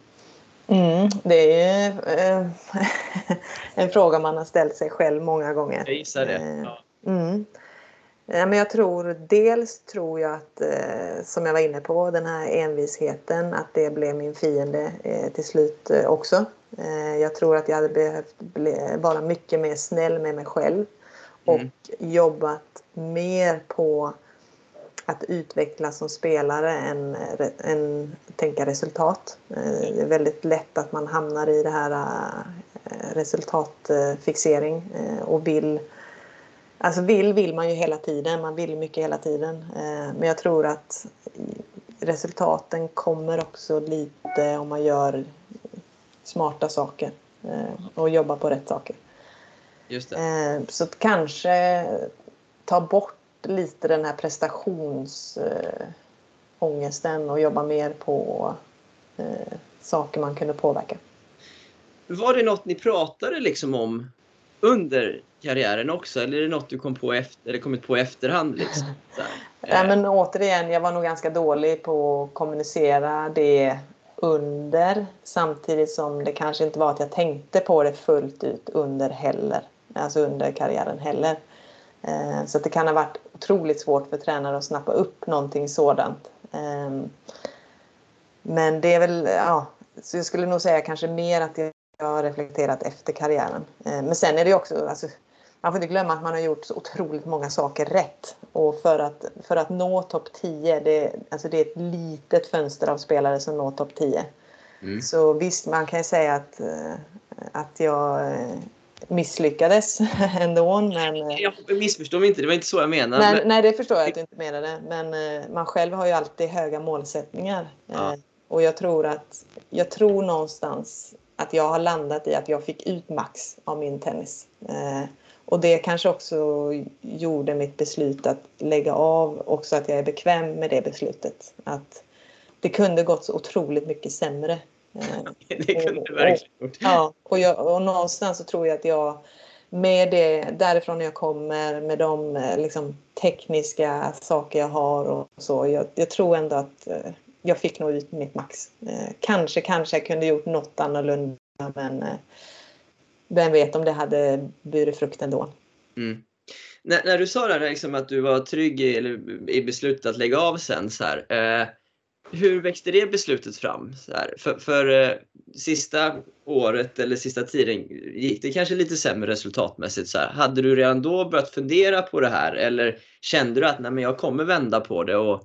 Mm, det är ju eh, en fråga man har ställt sig själv många gånger. Jag gissar det. Ja. Mm. Ja, men jag tror, dels tror jag att, eh, som jag var inne på, den här envisheten, att det blev min fiende eh, till slut eh, också. Eh, jag tror att jag hade behövt bli, vara mycket mer snäll med mig själv och mm. jobbat mer på att utvecklas som spelare än, än tänka resultat. Det är väldigt lätt att man hamnar i det här resultatfixering och vill, alltså vill vill man ju hela tiden, man vill mycket hela tiden. Men jag tror att resultaten kommer också lite om man gör smarta saker och jobbar på rätt saker. Just det. Så att kanske ta bort lite den här prestationsångesten och jobba mer på eh, saker man kunde påverka. Var det något ni pratade liksom om under karriären också? Eller är det något du kom på efter, eller kommit på i efterhand? Liksom? Ja, men återigen, jag var nog ganska dålig på att kommunicera det under. Samtidigt som det kanske inte var att jag tänkte på det fullt ut under heller. Alltså under karriären heller. Så att det kan ha varit otroligt svårt för tränare att snappa upp någonting sådant. Men det är väl, ja, så jag skulle nog säga kanske mer att jag har reflekterat efter karriären. Men sen är det också, alltså, man får inte glömma att man har gjort så otroligt många saker rätt. Och för att, för att nå topp tio, det, alltså det är ett litet fönster av spelare som når topp tio. Mm. Så visst, man kan ju säga att, att jag misslyckades ändå. Men jag missförstår mig inte, det var inte så jag menade. Nej, men... nej, det förstår jag att du inte menade. Men man själv har ju alltid höga målsättningar. Ja. Och jag tror att jag tror någonstans att jag har landat i att jag fick ut max av min tennis. Och det kanske också gjorde mitt beslut att lägga av, också att jag är bekväm med det beslutet. Att det kunde gått så otroligt mycket sämre. Det kunde det verkligen gjort. Ja, och, jag, och någonstans så tror jag att jag med det därifrån jag kommer, med de liksom, tekniska saker jag har och så, jag, jag tror ändå att eh, jag fick nog ut mitt max. Eh, kanske, kanske jag kunde gjort något annorlunda, men eh, vem vet om det hade burit frukt ändå. Mm. När, när du sa det här, liksom, att du var trygg i, eller, i beslutet att lägga av sen så här, eh, hur växte det beslutet fram? Så här? För, för eh, sista året eller sista tiden gick det kanske lite sämre resultatmässigt. Så här. Hade du redan då börjat fundera på det här? Eller kände du att nej, men jag kommer vända på det och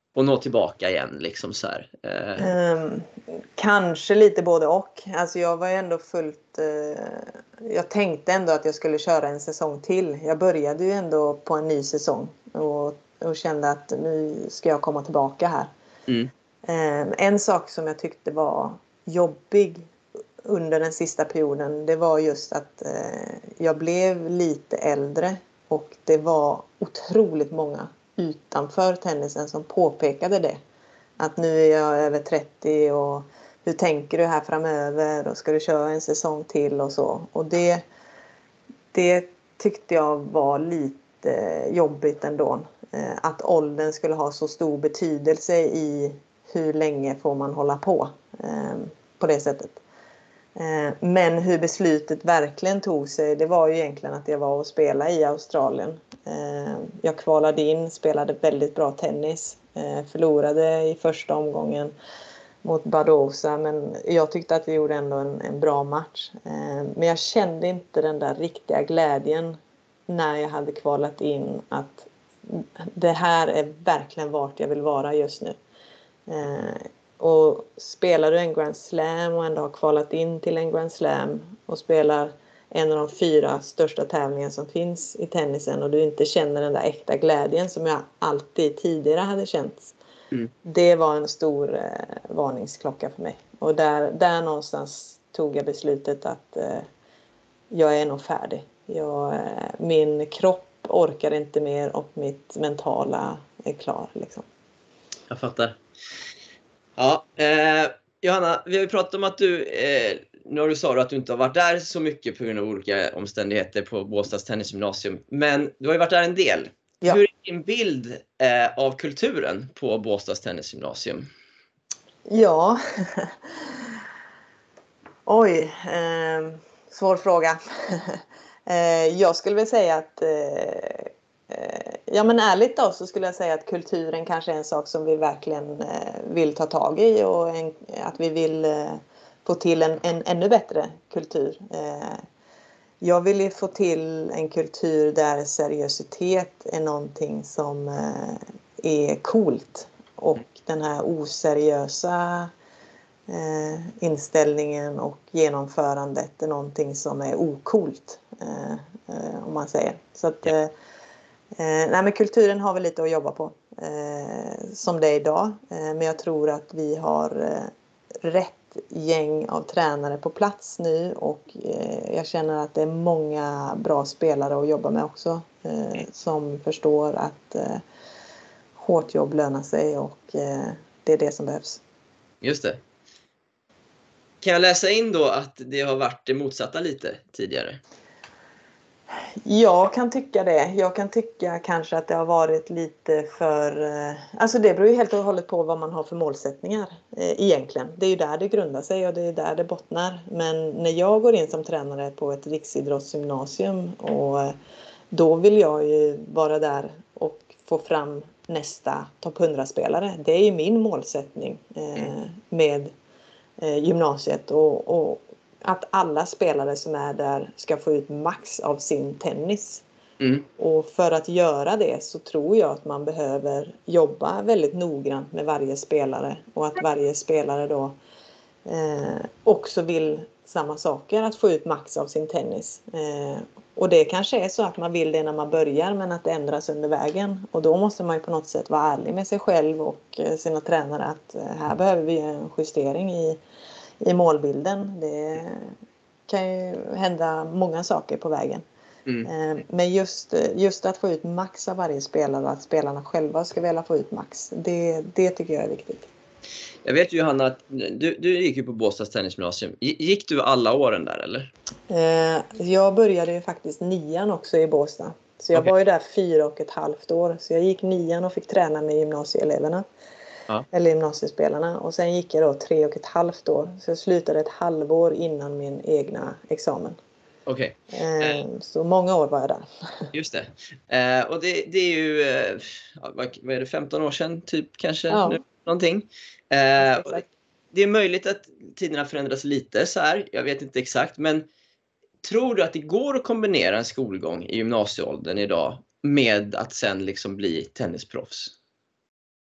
och nå tillbaka igen liksom så här? Eh. Um, kanske lite både och. Alltså jag var ju ändå fullt... Uh, jag tänkte ändå att jag skulle köra en säsong till. Jag började ju ändå på en ny säsong. Och, och kände att nu ska jag komma tillbaka här. Mm. Um, en sak som jag tyckte var jobbig under den sista perioden. Det var just att uh, jag blev lite äldre. Och det var otroligt många utanför tennisen som påpekade det. Att nu är jag över trettio och hur tänker du här framöver och ska du köra en säsong till och så. Och det, det tyckte jag var lite jobbigt ändå. Att åldern skulle ha så stor betydelse i hur länge får man hålla på på det sättet. Men hur beslutet verkligen tog sig, det var ju egentligen att jag var och spelade i Australien. Jag kvalade in, spelade väldigt bra tennis. Förlorade i första omgången mot Badosa, men jag tyckte att vi gjorde ändå en, en bra match. Men jag kände inte den där riktiga glädjen när jag hade kvalat in att det här är verkligen vart jag vill vara just nu. Och spelar du en Grand Slam och ändå har kvalat in till en Grand Slam och spelar en av de fyra största tävlingarna som finns i tennisen och du inte känner den där äkta glädjen som jag alltid tidigare hade känt. Mm. Det var en stor eh, varningsklocka för mig. Och där, där någonstans tog jag beslutet att eh, jag är nog färdig. Jag, eh, min kropp orkar inte mer och mitt mentala är klar. Liksom. Jag fattar. Ja, eh, Johanna, vi har ju pratat om att du... Eh, Nu har du sagt att du inte har varit där så mycket på grund av olika omständigheter på Båstads tennisgymnasium. Men du har ju varit där en del. Ja. Hur är din bild eh, av kulturen på Båstads tennisgymnasium? Ja. Oj, eh, svår fråga. eh, jag skulle väl säga att... Eh, ja men ärligt då så skulle jag säga att kulturen kanske är en sak som vi verkligen eh, vill ta tag i. Och en, att vi vill... Eh, få till en, en ännu bättre kultur. Eh, jag vill ju få till en kultur där seriositet är någonting som eh, är coolt. Och den här oseriösa eh, inställningen och genomförandet är någonting som är ocoolt. Eh, eh, om man säger. Så att, eh, nej, men kulturen har vi lite att jobba på. Eh, som det är idag. Eh, men jag tror att vi har eh, rätt gäng av tränare på plats nu och eh, jag känner att det är många bra spelare att jobba med också eh, som förstår att eh, hårt jobb lönar sig och eh, det är det som behövs. Just det. Kan jag läsa in då att det har varit det motsatta lite tidigare? Jag kan tycka det. Jag kan tycka kanske att det har varit lite för... Alltså det beror ju helt och hållet på vad man har för målsättningar egentligen. Det är ju där det grundar sig och det är där det bottnar. Men när jag går in som tränare på ett riksidrottsgymnasium och då vill jag ju vara där och få fram nästa topp hundra-spelare. Det är ju min målsättning med gymnasiet och... och att alla spelare som är där ska få ut max av sin tennis. Mm. Och för att göra det så tror jag att man behöver jobba väldigt noggrant med varje spelare. Och att varje spelare då eh, också vill samma saker, att få ut max av sin tennis. Eh, och det kanske är så att man vill det när man börjar men att det ändras under vägen. Och då måste man ju på något sätt vara ärlig med sig själv och sina tränare att eh, här behöver vi en justering i i målbilden. Det kan ju hända många saker på vägen. Mm. Men just, just att få ut max av varje spelare och att spelarna själva ska vilja få ut max. Det, det tycker jag är viktigt. Jag vet ju Johanna att du, du gick ju på Båstads tennisgymnasium. Gick du alla åren där eller? Jag började ju faktiskt nian också i Båstad. Så jag okay. var ju där fyra och ett halvt år. Så jag gick nian och fick träna med gymnasieeleverna. Ja. Eller gymnasiespelarna. Och sen gick jag då tre och ett halvt år. Så jag slutade ett halvår innan min egna examen. Okej. Okay. Eh, så många år var jag där. Just det. Eh, och det, det är ju, eh, vad, vad är det, femton år sedan typ kanske? Ja. Nu, någonting. Eh, och det är möjligt att tiderna förändras lite så här. Jag vet inte exakt. Men tror du att det går att kombinera en skolgång i gymnasieåldern idag med att sen liksom bli tennisproffs?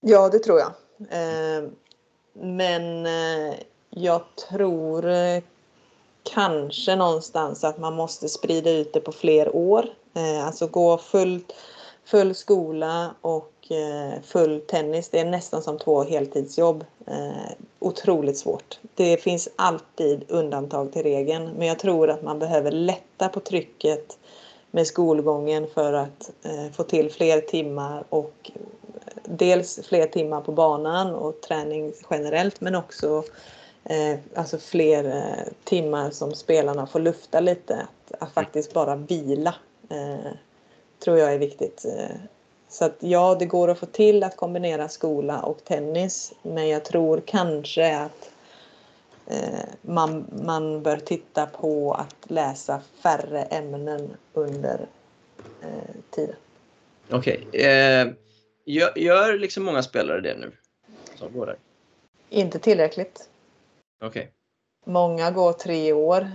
Ja, det tror jag. Eh, men eh, jag tror eh, kanske någonstans att man måste sprida ut det på fler år. Eh, alltså gå fullt, full skola och eh, full tennis. Det är nästan som två heltidsjobb. Eh, otroligt svårt. Det finns alltid undantag till regeln. Men jag tror att man behöver lätta på trycket med skolgången för att eh, få till fler timmar och dels fler timmar på banan och träning generellt, men också eh, alltså fler eh, timmar som spelarna får lufta lite. Att, att faktiskt bara vila eh, tror jag är viktigt. Eh, så att ja, det går att få till att kombinera skola och tennis, men jag tror kanske att eh, man, man bör titta på att läsa färre ämnen under eh, tiden. Okej. Okay. Eh, gör, gör liksom många spelare det nu som går där? Inte tillräckligt. Okej. Okay. Många går tre år.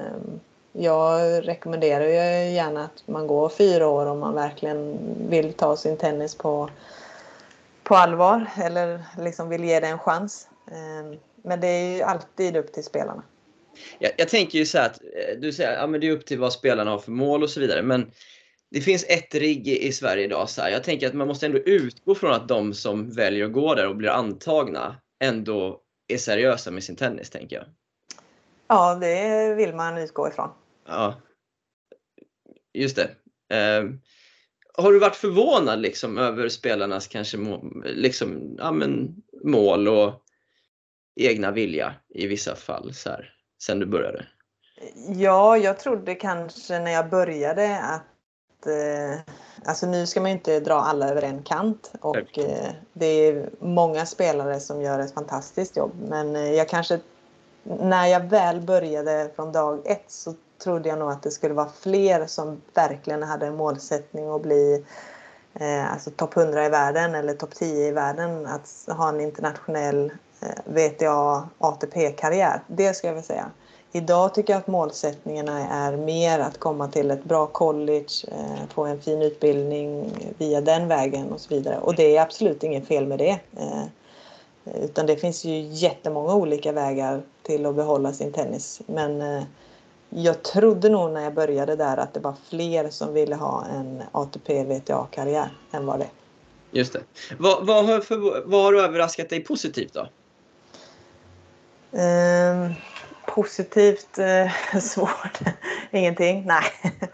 Jag rekommenderar ju gärna att man går fyra år om man verkligen vill ta sin tennis på, på allvar. Eller liksom vill ge det en chans. Men det är ju alltid upp till spelarna. Jag, jag tänker ju så här att du säger att ja, det är upp till vad spelarna har för mål och så vidare. Men det finns ett rigg i Sverige idag. Så här. Jag tänker att man måste ändå utgå från att de som väljer att gå där och blir antagna ändå är seriösa med sin tennis, tänker jag. Ja, det vill man utgå ifrån. Ja, just det. Eh, har du varit förvånad liksom över spelarnas kanske må, liksom, ja, men, mål och egna vilja i vissa fall så här, sen du började? Ja, jag trodde kanske när jag började att eh, alltså nu ska man ju inte dra alla över en kant och eh, det är många spelare som gör ett fantastiskt jobb, men eh, jag kanske när jag väl började från dag ett så trodde jag nog att det skulle vara fler som verkligen hade en målsättning att bli eh, alltså topp hundra i världen eller topp tio i världen, att ha en internationell eh, V T A A T P-karriär. Det ska jag väl säga. Idag tycker jag att målsättningarna är mer att komma till ett bra college, eh, få en fin utbildning via den vägen och så vidare. Och det är absolut inget fel med det. Eh, utan det finns ju jättemånga olika vägar till att behålla sin tennis. Men eh, jag trodde nog när jag började där att det var fler som ville ha en A T P V T A-karriär än vad det. Just det. Vad, vad, har, för, vad har du överraskat dig positivt då? Eh, positivt eh, svårt. Ingenting. Nej.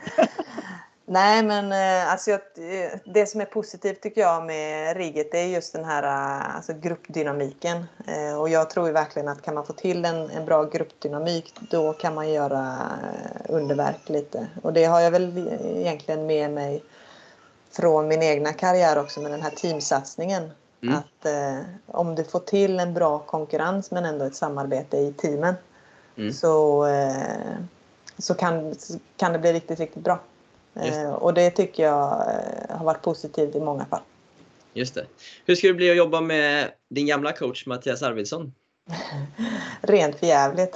Nej, men alltså, det som är positivt tycker jag med rigget är just den här alltså, gruppdynamiken. Och jag tror ju verkligen att kan man få till en, en bra gruppdynamik, då kan man göra underverk lite. Och det har jag väl egentligen med mig från min egna karriär också med den här teamsatsningen. Mm. Att eh, om du får till en bra konkurrens men ändå ett samarbete i teamen mm. så, eh, så, kan, så kan det bli riktigt, riktigt bra. Det. Och det tycker jag har varit positivt i många fall. Just det. Hur ska det bli att jobba med din gamla coach Mattias Arvidsson? Rent förjävligt.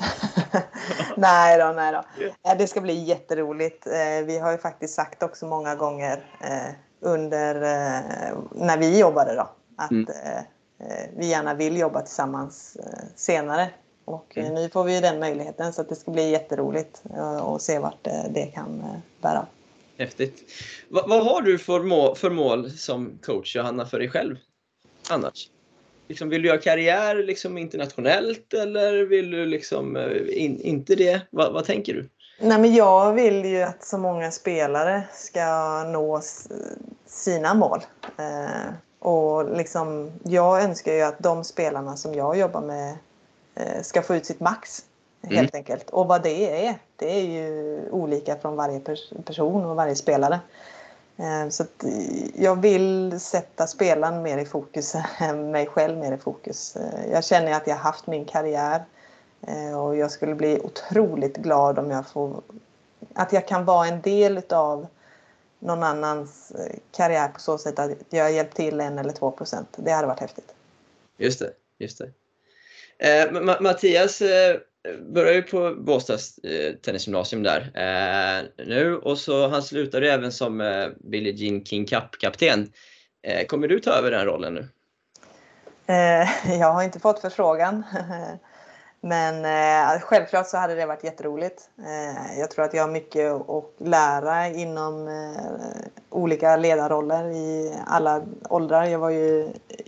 nej då, nej då. Det ska bli jätteroligt. Vi har ju faktiskt sagt också många gånger under när vi jobbade då att mm. vi gärna vill jobba tillsammans senare. Och mm. nu får vi ju den möjligheten, så att det ska bli jätteroligt att se vart det kan bära. Häftigt. Va, vad har du för mål, för mål som coach, Johanna, för dig själv annars? Liksom, vill du göra karriär liksom internationellt eller vill du liksom in, inte det? Va, vad tänker du? Nej, men jag vill ju att så många spelare ska nå sina mål. Eh, och liksom, jag önskar ju att de spelarna som jag jobbar med eh, ska få ut sitt max. Helt mm. enkelt. Och vad det är, det är ju olika från varje pers- person och varje spelare. Eh, så att jag vill sätta spelaren mer i fokus än mig själv mer i fokus. Eh, jag känner att jag har haft min karriär eh, och jag skulle bli otroligt glad om jag får, att jag kan vara en del av någon annans karriär på så sätt att jag har hjälpt till en eller två procent. Det hade varit häftigt. Just det, just det. Eh, Ma- Mattias eh, började ju på Båstads eh, tennisgymnasium där eh, nu, och så han slutade även som eh, Billie Jean King Cup-kapten. Eh, kommer du ta över den rollen nu? Eh, jag har inte fått förfrågan. Men eh, självklart så hade det varit jätteroligt. Eh, jag tror att jag har mycket att lära inom eh, olika ledarroller i alla åldrar. Jag var ju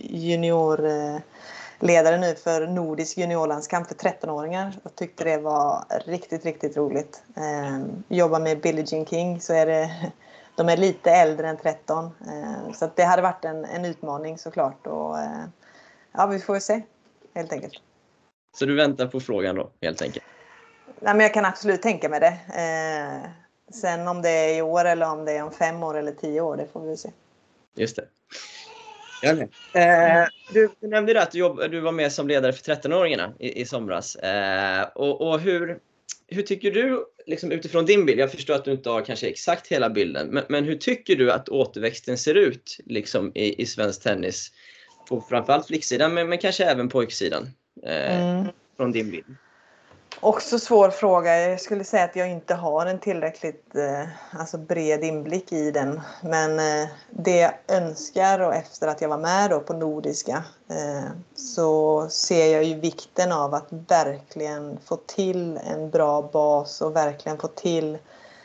juniorledare nu för nordisk juniorlandskamp för trettonåringar. Jag tyckte det var riktigt, riktigt roligt. Eh, jobba med Billie Jean King så är det... De är lite äldre än tretton. Eh, så att det hade varit en, en utmaning såklart. Och, eh, ja, vi får ju se helt enkelt. Så du väntar på frågan då, helt enkelt? Nej, men jag kan absolut tänka mig det. Eh, sen om det är i år eller om det är om fem år eller tio år, det får vi se. Just det. Ja, eh, du, du nämnde det att du, jobb, du var med som ledare för trettonåringarna i, i somras. Eh, och och hur, hur tycker du, liksom utifrån din bild, jag förstår att du inte har kanske exakt hela bilden, men, men hur tycker du att återväxten ser ut liksom, i, i svensk tennis? På framförallt flicksidan, men, men kanske även pojksidan. Eh, Mm. Från din bild. Också svår fråga. Jag skulle säga att jag inte har en tillräckligt eh, alltså bred inblick i den. Men eh, det jag önskar och efter att jag var med då på Nordiska eh, så ser jag ju vikten av att verkligen få till en bra bas och verkligen få till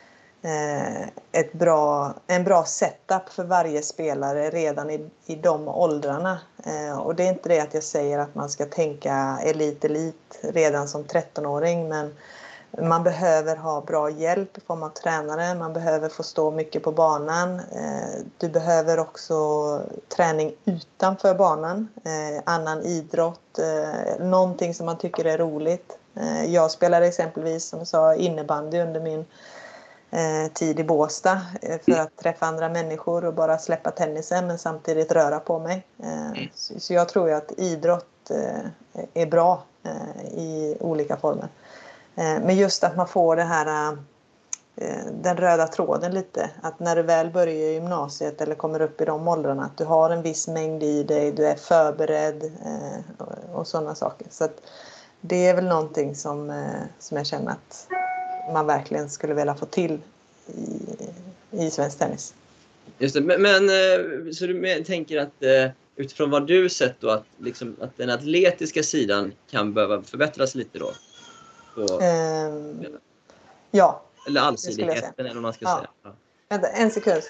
eh, ett bra, en bra setup för varje spelare redan i, i de åldrarna. Eh, och det är inte det att jag säger att man ska tänka elit-elit redan som trettonåring, men man behöver ha bra hjälp i form av tränare, man behöver få stå mycket på banan. Eh, du behöver också träning utanför banan, eh, annan idrott, eh, någonting som man tycker är roligt. Eh, jag spelade exempelvis, som jag sa, innebandy under min tid i Båstad för att träffa andra människor och bara släppa tennisen men samtidigt röra på mig. Så jag tror ju att idrott är bra i olika former. Men just att man får det här, den röda tråden lite. Att när du väl börjar i gymnasiet eller kommer upp i de åldrarna, att du har en viss mängd i dig, du är förberedd och sådana saker. Så att det är väl någonting som, som jag känner att man verkligen skulle vilja få till i, i svensk tennis. Just det, men, men så du tänker att utifrån vad du sett då, att, liksom, att den atletiska sidan kan behöva förbättras lite då? På, ehm, ja. Eller allsidigheten eller vad man ska ja. säga. Ja. Vänta, en sekund.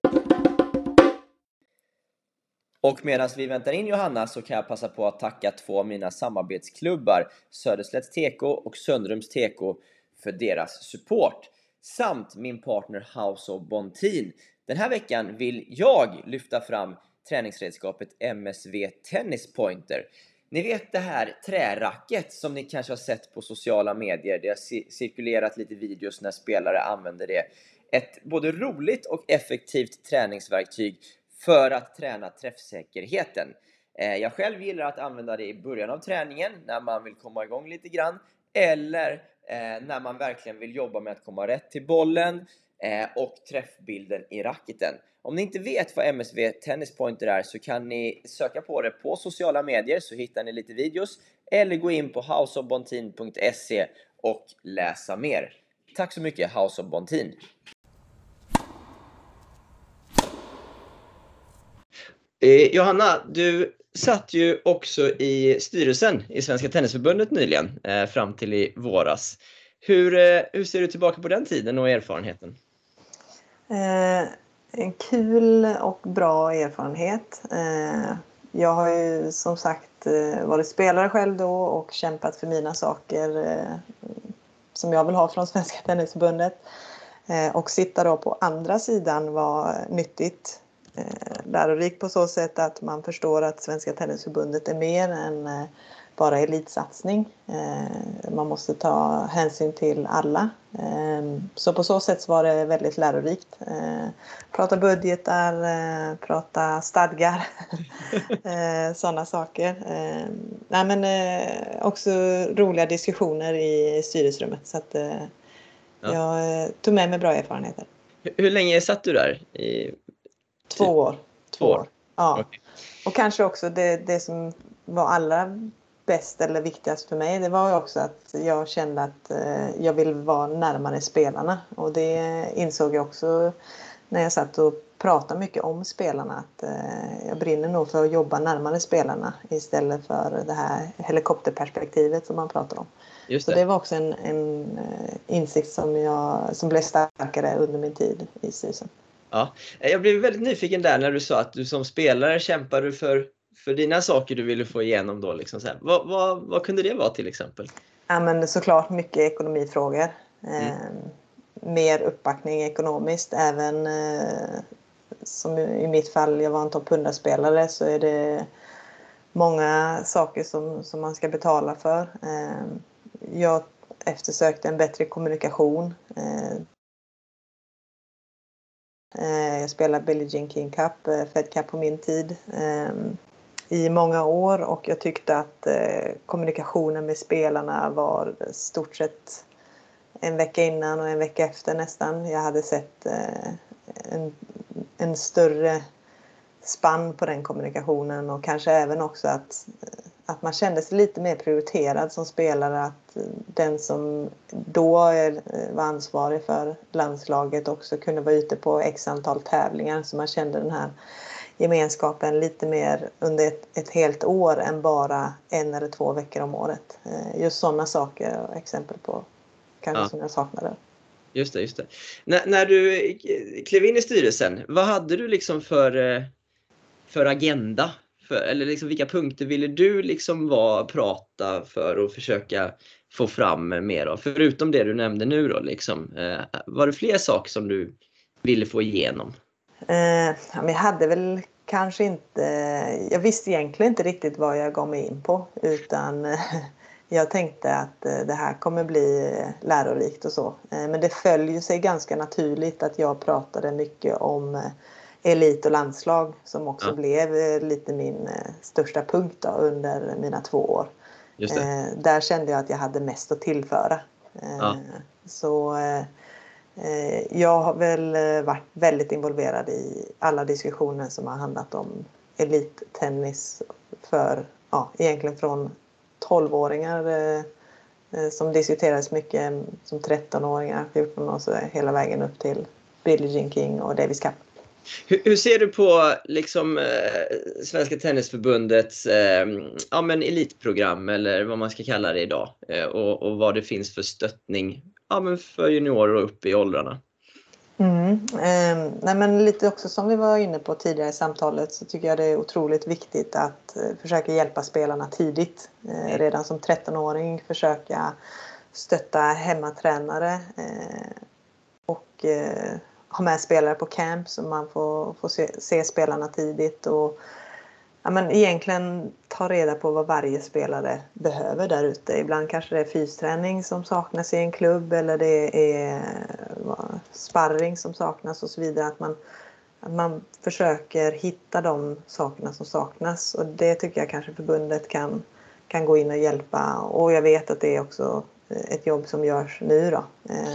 Och medan vi väntar in Johanna så kan jag passa på att tacka två av mina samarbetsklubbar, Söderslätts T K och Söndrums T K, för deras support. Samt min partner House of Bontin. Den här veckan vill jag lyfta fram träningsredskapet M S V Tennis Pointer. Ni vet det här träracket som ni kanske har sett på sociala medier. Det har cirkulerat lite videos när spelare använder det. Ett både roligt och effektivt träningsverktyg för att träna träffsäkerheten. Jag själv gillar att använda det i början av träningen när man vill komma igång lite grann. Eller när man verkligen vill jobba med att komma rätt till bollen och träffbilden i racketen. Om ni inte vet vad M S V Tennis Pointer är så kan ni söka på det på sociala medier, så hittar ni lite videos. Eller gå in på house of bontin punkt se och läsa mer. Tack så mycket House of Bontin. Eh, Johanna, du satt ju också i styrelsen i Svenska Tennisförbundet nyligen, eh, fram till i våras. Hur, eh, hur ser du tillbaka på den tiden och erfarenheten? Eh, en kul och bra erfarenhet. Eh, jag har ju som sagt eh, varit spelare själv då och kämpat för mina saker eh, som jag vill ha från Svenska Tennisförbundet. Eh, och sitta då på andra sidan var nyttigt. Eh, lärorikt på så sätt att man förstår att Svenska Tennisförbundet är mer än eh, bara elitsatsning. Eh, man måste ta hänsyn till alla. Eh, så på så sätt var det väldigt lärorikt. Eh, prata budgetar, eh, prata stadgar, eh, sådana saker. Eh, nej, men eh, också roliga diskussioner i styrelserummet. Så att eh, ja. jag eh, tog med mig bra erfarenheter. Hur, hur länge satt du där? I... Två år. Två år. Ja. Okay. Och kanske också det, det som var allra bäst eller viktigast för mig, det var också att jag kände att eh, jag vill vara närmare spelarna. Och det insåg jag också när jag satt och pratade mycket om spelarna. Att eh, jag brinner nog för att jobba närmare spelarna istället för det här helikopterperspektivet som man pratar om. Just Så det. det var också en, en insikt som, jag, som blev starkare under min tid i styrelsen. Ja, jag blev väldigt nyfiken där när du sa att du som spelare kämpade för, för dina saker du ville få igenom då. Liksom så här. Vad, vad, vad kunde det vara till exempel? Ja, men såklart mycket ekonomifrågor. Mm. Eh, mer uppbackning ekonomiskt. Även eh, som i mitt fall, jag var en topp hundra-spelare, så är det många saker som, som man ska betala för. Eh, jag eftersökte en bättre kommunikation. Eh, eh, jag spelade Billie Jean King Cup, eh, Fed Cup på min tid. Eh, i många år, och jag tyckte att eh, kommunikationen med spelarna var stort sett en vecka innan och en vecka efter nästan. Jag hade sett eh, en, en större spann på den kommunikationen, och kanske även också att, att man kände sig lite mer prioriterad som spelare, att den som då var ansvarig för landslaget också kunde vara ute på x antal tävlingar, så man kände den här gemenskapen lite mer under ett, ett helt år än bara en eller två veckor om året. Just sådana saker och exempel på kanske Ja. som jag saknade. Just det, just det. När, när du klev in i styrelsen, vad hade du liksom för, för agenda? För, eller liksom vilka punkter ville du liksom vara, prata för och försöka få fram mer av? Förutom det du nämnde nu då, liksom, eh, var det fler saker som du ville få igenom? Eh, jag hade väl kanske inte, jag visste egentligen inte riktigt vad jag gav mig in på, utan eh, jag tänkte att eh, det här kommer bli lärorikt och så. Eh, men det följer sig ganska naturligt att jag pratade mycket om eh, elit och landslag, som också Ja. blev eh, lite min eh, största punkt då, under mina två år. Just det. Eh, där kände jag att jag hade mest att tillföra. Eh, Ja. Så eh, jag har väl varit väldigt involverad i alla diskussioner som har handlat om elittennis för, ja, egentligen från tolvåringar eh, som diskuterades mycket som trettonåringar, fjorton år, så hela vägen upp till Billie Jean King och Davis Cup. Hur, hur ser du på liksom, eh, Svenska Tennisförbundets eh, ja, men elitprogram, eller vad man ska kalla det idag, eh, och, och vad det finns för stöttning, ja, men för juniorer och upp i åldrarna? Mm, eh, nej men lite också som vi var inne på tidigare i samtalet, så tycker jag det är otroligt viktigt att eh, försöka hjälpa spelarna tidigt. Eh, redan som trettonåring försöka stötta hemmatränare eh, och eh, ha med spelare på camp, så man får, får se, se spelarna tidigt och ja, men egentligen ta reda på vad varje spelare behöver där ute. Ibland kanske det är fysträning som saknas i en klubb, eller det är sparring som saknas och så vidare. Att man, att man försöker hitta de sakerna som saknas, och det tycker jag kanske förbundet kan, kan gå in och hjälpa. Och jag vet att det är också ett jobb som görs nu då,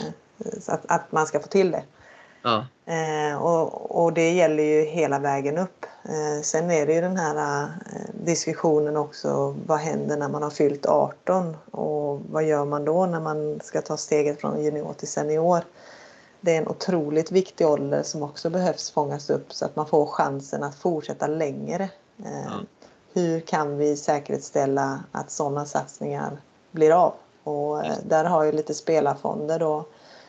så att, att man ska få till det. Ja. Eh, och, och det gäller ju hela vägen upp. Eh, sen är det ju den här eh, diskussionen också, vad händer när man har fyllt arton, och vad gör man då när man ska ta steget från junior till senior. Det är en otroligt viktig ålder som också behövs fångas upp, så att man får chansen att fortsätta längre. Eh, Ja. Hur kan vi säkerställa att sådana satsningar blir av? Och eh, där har ju lite spelarfonder då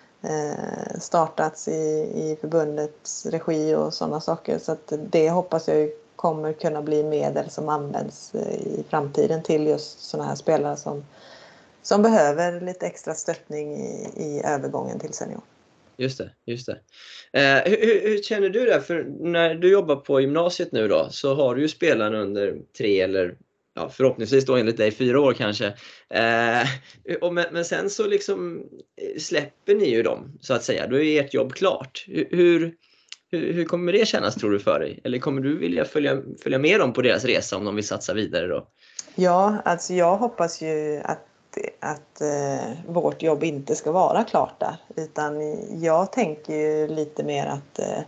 Eh, startats i, i förbundets regi och sådana saker, så att det hoppas jag kommer kunna bli medel som används i framtiden till just sådana här spelare som, som behöver lite extra stöttning i, i övergången till senior. Just det, just det. Eh, hur, hur känner du det? För när du jobbar på gymnasiet nu då, så har du ju spelarna under tre eller ja, förhoppningsvis då enligt dig fyra år kanske. Eh, och men, men sen så liksom släpper ni ju dem, så att säga. Då är ert jobb klart. Hur, hur, hur kommer det kännas, tror du, för dig? Eller kommer du vilja följa, följa med dem på deras resa om de vill satsa vidare då? Ja, alltså jag hoppas ju att, att eh, vårt jobb inte ska vara klart där. Utan jag tänker ju lite mer att eh,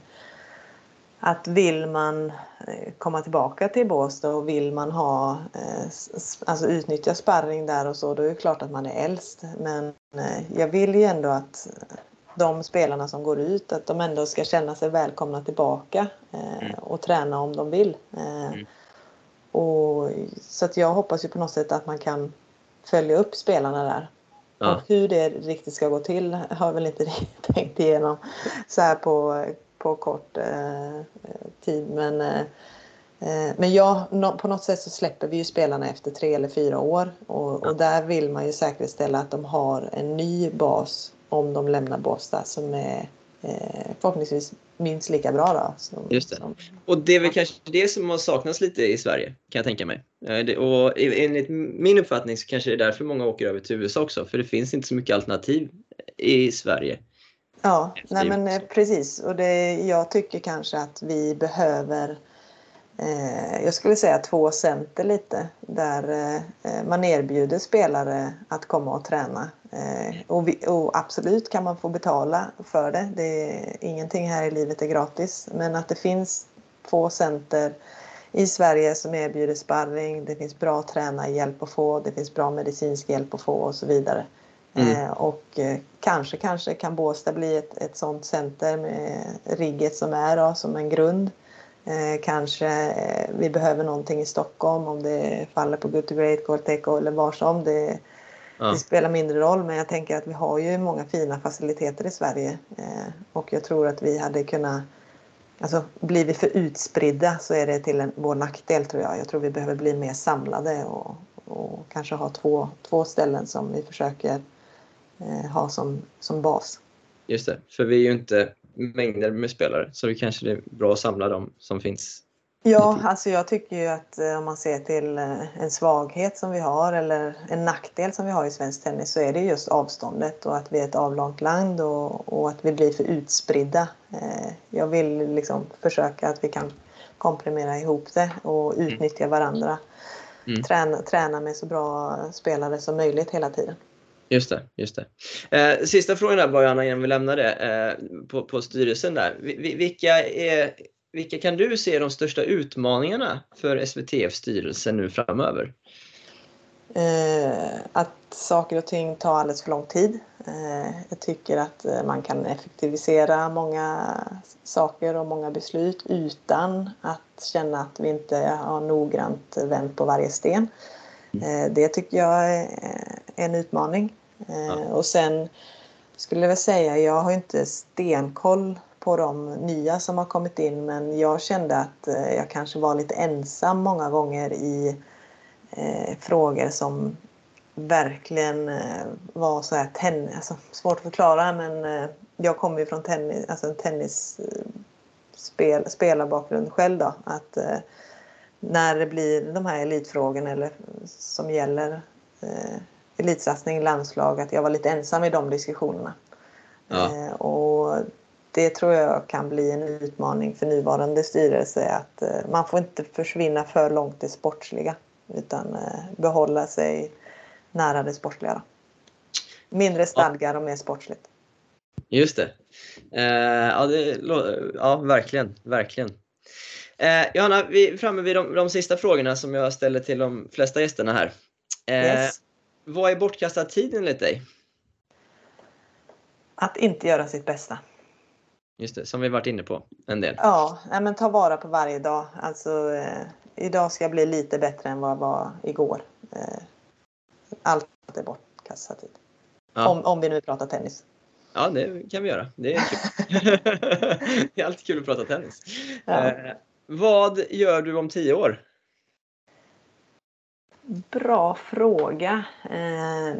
Att vill man komma tillbaka till Båstad och vill man ha, alltså utnyttja sparring där och så, då är det klart att man är äldst. Men jag vill ju ändå att de spelarna som går ut, att de ändå ska känna sig välkomna tillbaka eh, Mm. och träna om de vill. Eh, Mm. och, så att jag hoppas ju på något sätt att man kan följa upp spelarna där. Ja. Och hur det riktigt ska gå till har jag väl inte riktigt tänkt igenom så här på, på kort eh, tid. Men, eh, men ja, no, på något sätt så släpper vi ju spelarna efter tre eller fyra år. Och, och där vill man ju säkerställa att de har en ny bas om de lämnar Båstad som är eh, förhoppningsvis minst lika bra då. Som, Just det. Som, Och det är väl kanske det som har saknats lite i Sverige, kan jag tänka mig. Eh, det- Och enligt min uppfattning så kanske det är därför många åker över till U S A också. För det finns inte så mycket alternativ i Sverige. ja, nej men eh, precis. Och det, jag tycker kanske att vi behöver Eh, jag skulle säga två center lite där eh, man erbjuder spelare att komma och träna. Eh, och, vi, och absolut kan man få betala för det. det är, ingenting här i livet är gratis. Men att det finns två center i Sverige som erbjuder sparring. Det finns bra tränarhjälp att få. Det finns bra medicinsk hjälp att få och så vidare. Mm. Eh, och eh, kanske, kanske kan Båstad bli ett, ett sånt center med rigget som är då, som en grund. Eh, kanske eh, vi behöver någonting i Stockholm om det faller på Good to Great, Corteco eller var som. Det, Ja. det spelar mindre roll, men jag tänker att vi har ju många fina faciliteter i Sverige. Eh, och jag tror att vi hade kunnat, alltså blir vi för utspridda så är det till en, vår nackdel tror jag. Jag tror vi behöver bli mer samlade och, och kanske ha två, två ställen som vi försöker eh, ha som, som bas. Just det, för vi är ju inte mängder med spelare. Så det kanske är bra att samla dem som finns. Ja, alltså jag tycker ju att eh, om man ser till eh, en svaghet som vi har eller en nackdel som vi har i svensk tennis så är det just avståndet och att vi är ett avlångt land och, och att vi blir för utspridda. Eh, jag vill liksom försöka att vi kan komprimera ihop det och utnyttja varandra. Mm. Träna, träna med så bra spelare som möjligt hela tiden. Just det, just det. Eh, sista frågan där bara, Anna, innan vi lämnar det. Eh, på, på styrelsen där. Vi, vilka, är, vilka kan du se de största utmaningarna för S V T F-styrelsen nu framöver? Eh, att saker och ting tar alldeles för lång tid. Eh, jag tycker att man kan effektivisera många saker och många beslut utan att känna att vi inte har noggrant vänt på varje sten. Eh, det tycker jag är en utmaning. Eh, Ja. Och sen skulle jag väl säga, jag har inte stenkoll på de nya som har kommit in, men jag kände att eh, jag kanske var lite ensam många gånger i Eh, frågor som verkligen eh, var så här tennis, alltså, svårt att förklara, men eh, jag kommer ju från tennis, alltså en tennisspel, spelarbakgrund själv då, att eh, när det blir de här elitfrågorna eller som gäller eh, elitsatsning, landslag, att jag var lite ensam i de diskussionerna. Ja. Eh, och det tror jag kan bli en utmaning för nuvarande styrelse, att eh, man får inte försvinna för långt i sportsliga utan eh, behålla sig nära det sportsliga då. Mindre stadgar och mer sportsligt. Just det. Eh, ja, det lå- ja, verkligen, verkligen. Eh, Johanna, vi är framme vid de, de sista frågorna som jag ställer till de flesta gästerna här. Eh, Yes. Vad är bortkastad tid enligt dig? Att inte göra sitt bästa. Just det, som vi varit inne på en del. Ja, nej, men ta vara på varje dag. Alltså, eh, idag ska jag bli lite bättre än vad jag var igår. Eh, allt är bortkastad tid. Ja. Om, om vi nu pratar tennis. Ja, det kan vi göra. Det är kul. Det är alltid kul att prata tennis. Ja. Eh, vad gör du om tio år? Bra fråga. Eh,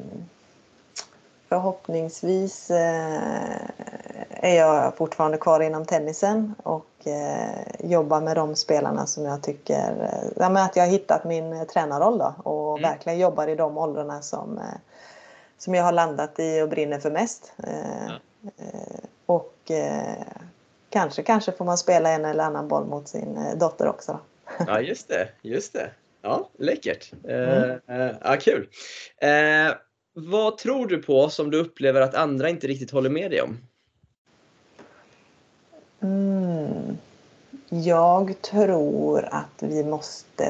förhoppningsvis eh, är jag fortfarande kvar inom tennisen och eh, jobbar med de spelarna som jag tycker, eh, ja, men att jag har hittat min eh, tränarroll då, och Mm. verkligen jobbar i de åldrarna som, eh, som jag har landat i och brinner för mest. Eh, Ja. eh, och eh, kanske, kanske får man spela en eller annan boll mot sin eh, dotter också då. Ja, just det. Just det. Ja, läckert. Eh, Mm. eh, ja, kul. Eh, vad tror du på som du upplever att andra inte riktigt håller med dig om? Mm. Jag tror att vi måste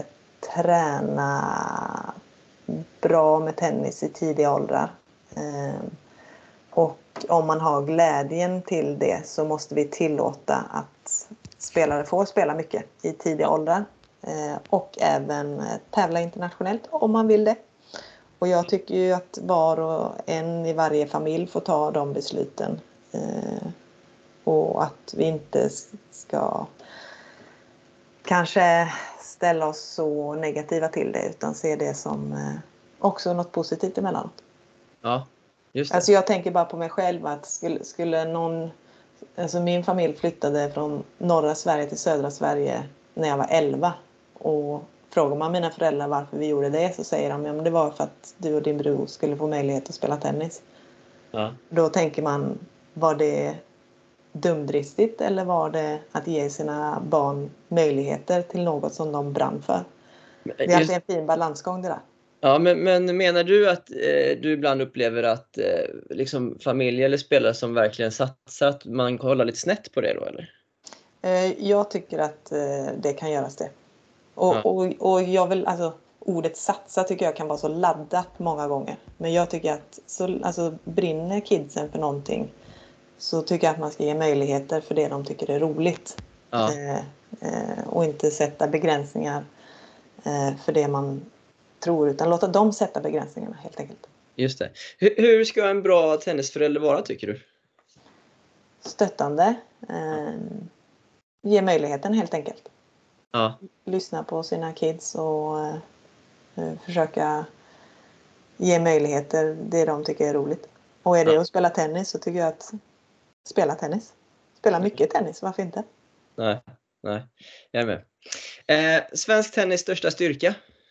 träna bra med tennis i tidiga åldrar. Eh, och om man har glädjen till det så måste vi tillåta att spelare får spela mycket i tidiga åldrar. Eh, och även tävla internationellt om man vill det. Och jag tycker ju att var och en i varje familj får ta de besluten. Eh, och att vi inte ska kanske ställa oss så negativa till det utan se det som eh, också något positivt emellanåt. Ja, just det. Alltså jag tänker bara på mig själv att skulle, skulle någon, alltså min familj flyttade från norra Sverige till södra Sverige när jag var elva. Och frågar man mina föräldrar varför vi gjorde det så säger de att ja, det var för att du och din bror skulle få möjlighet att spela tennis. Ja. Då tänker man, var det dumdristigt eller var det att ge sina barn möjligheter till något som de brann för? Det är alltid en fin balansgång det där. Ja, men, men menar du att eh, du ibland upplever att eh, liksom familjer eller spelare som verkligen satsar, att man kollar lite snett på det då, eller? Eh, jag tycker att eh, det kan göras det. Och, Ja. och, och jag vill, alltså, ordet satsa tycker jag kan vara så laddat många gånger. Men jag tycker att så, alltså, brinner kidsen för någonting så tycker jag att man ska ge möjligheter för det de tycker är roligt. Ja. Eh, eh, och inte sätta begränsningar eh, för det man tror, utan låta dem sätta begränsningarna helt enkelt. Just det. Hur, hur ska en bra tennisförälder vara, tycker du? Stöttande. Eh, ge möjligheten helt enkelt. Ja. Lyssna på sina kids och eh, försöka ge möjligheter det de tycker är roligt. Och är det Ja. att spela tennis så tycker jag att spela tennis. Spela mycket tennis, varför inte? Nej, nej. Jag är med. Eh, svensk tennis största styrka?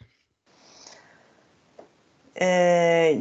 Eh,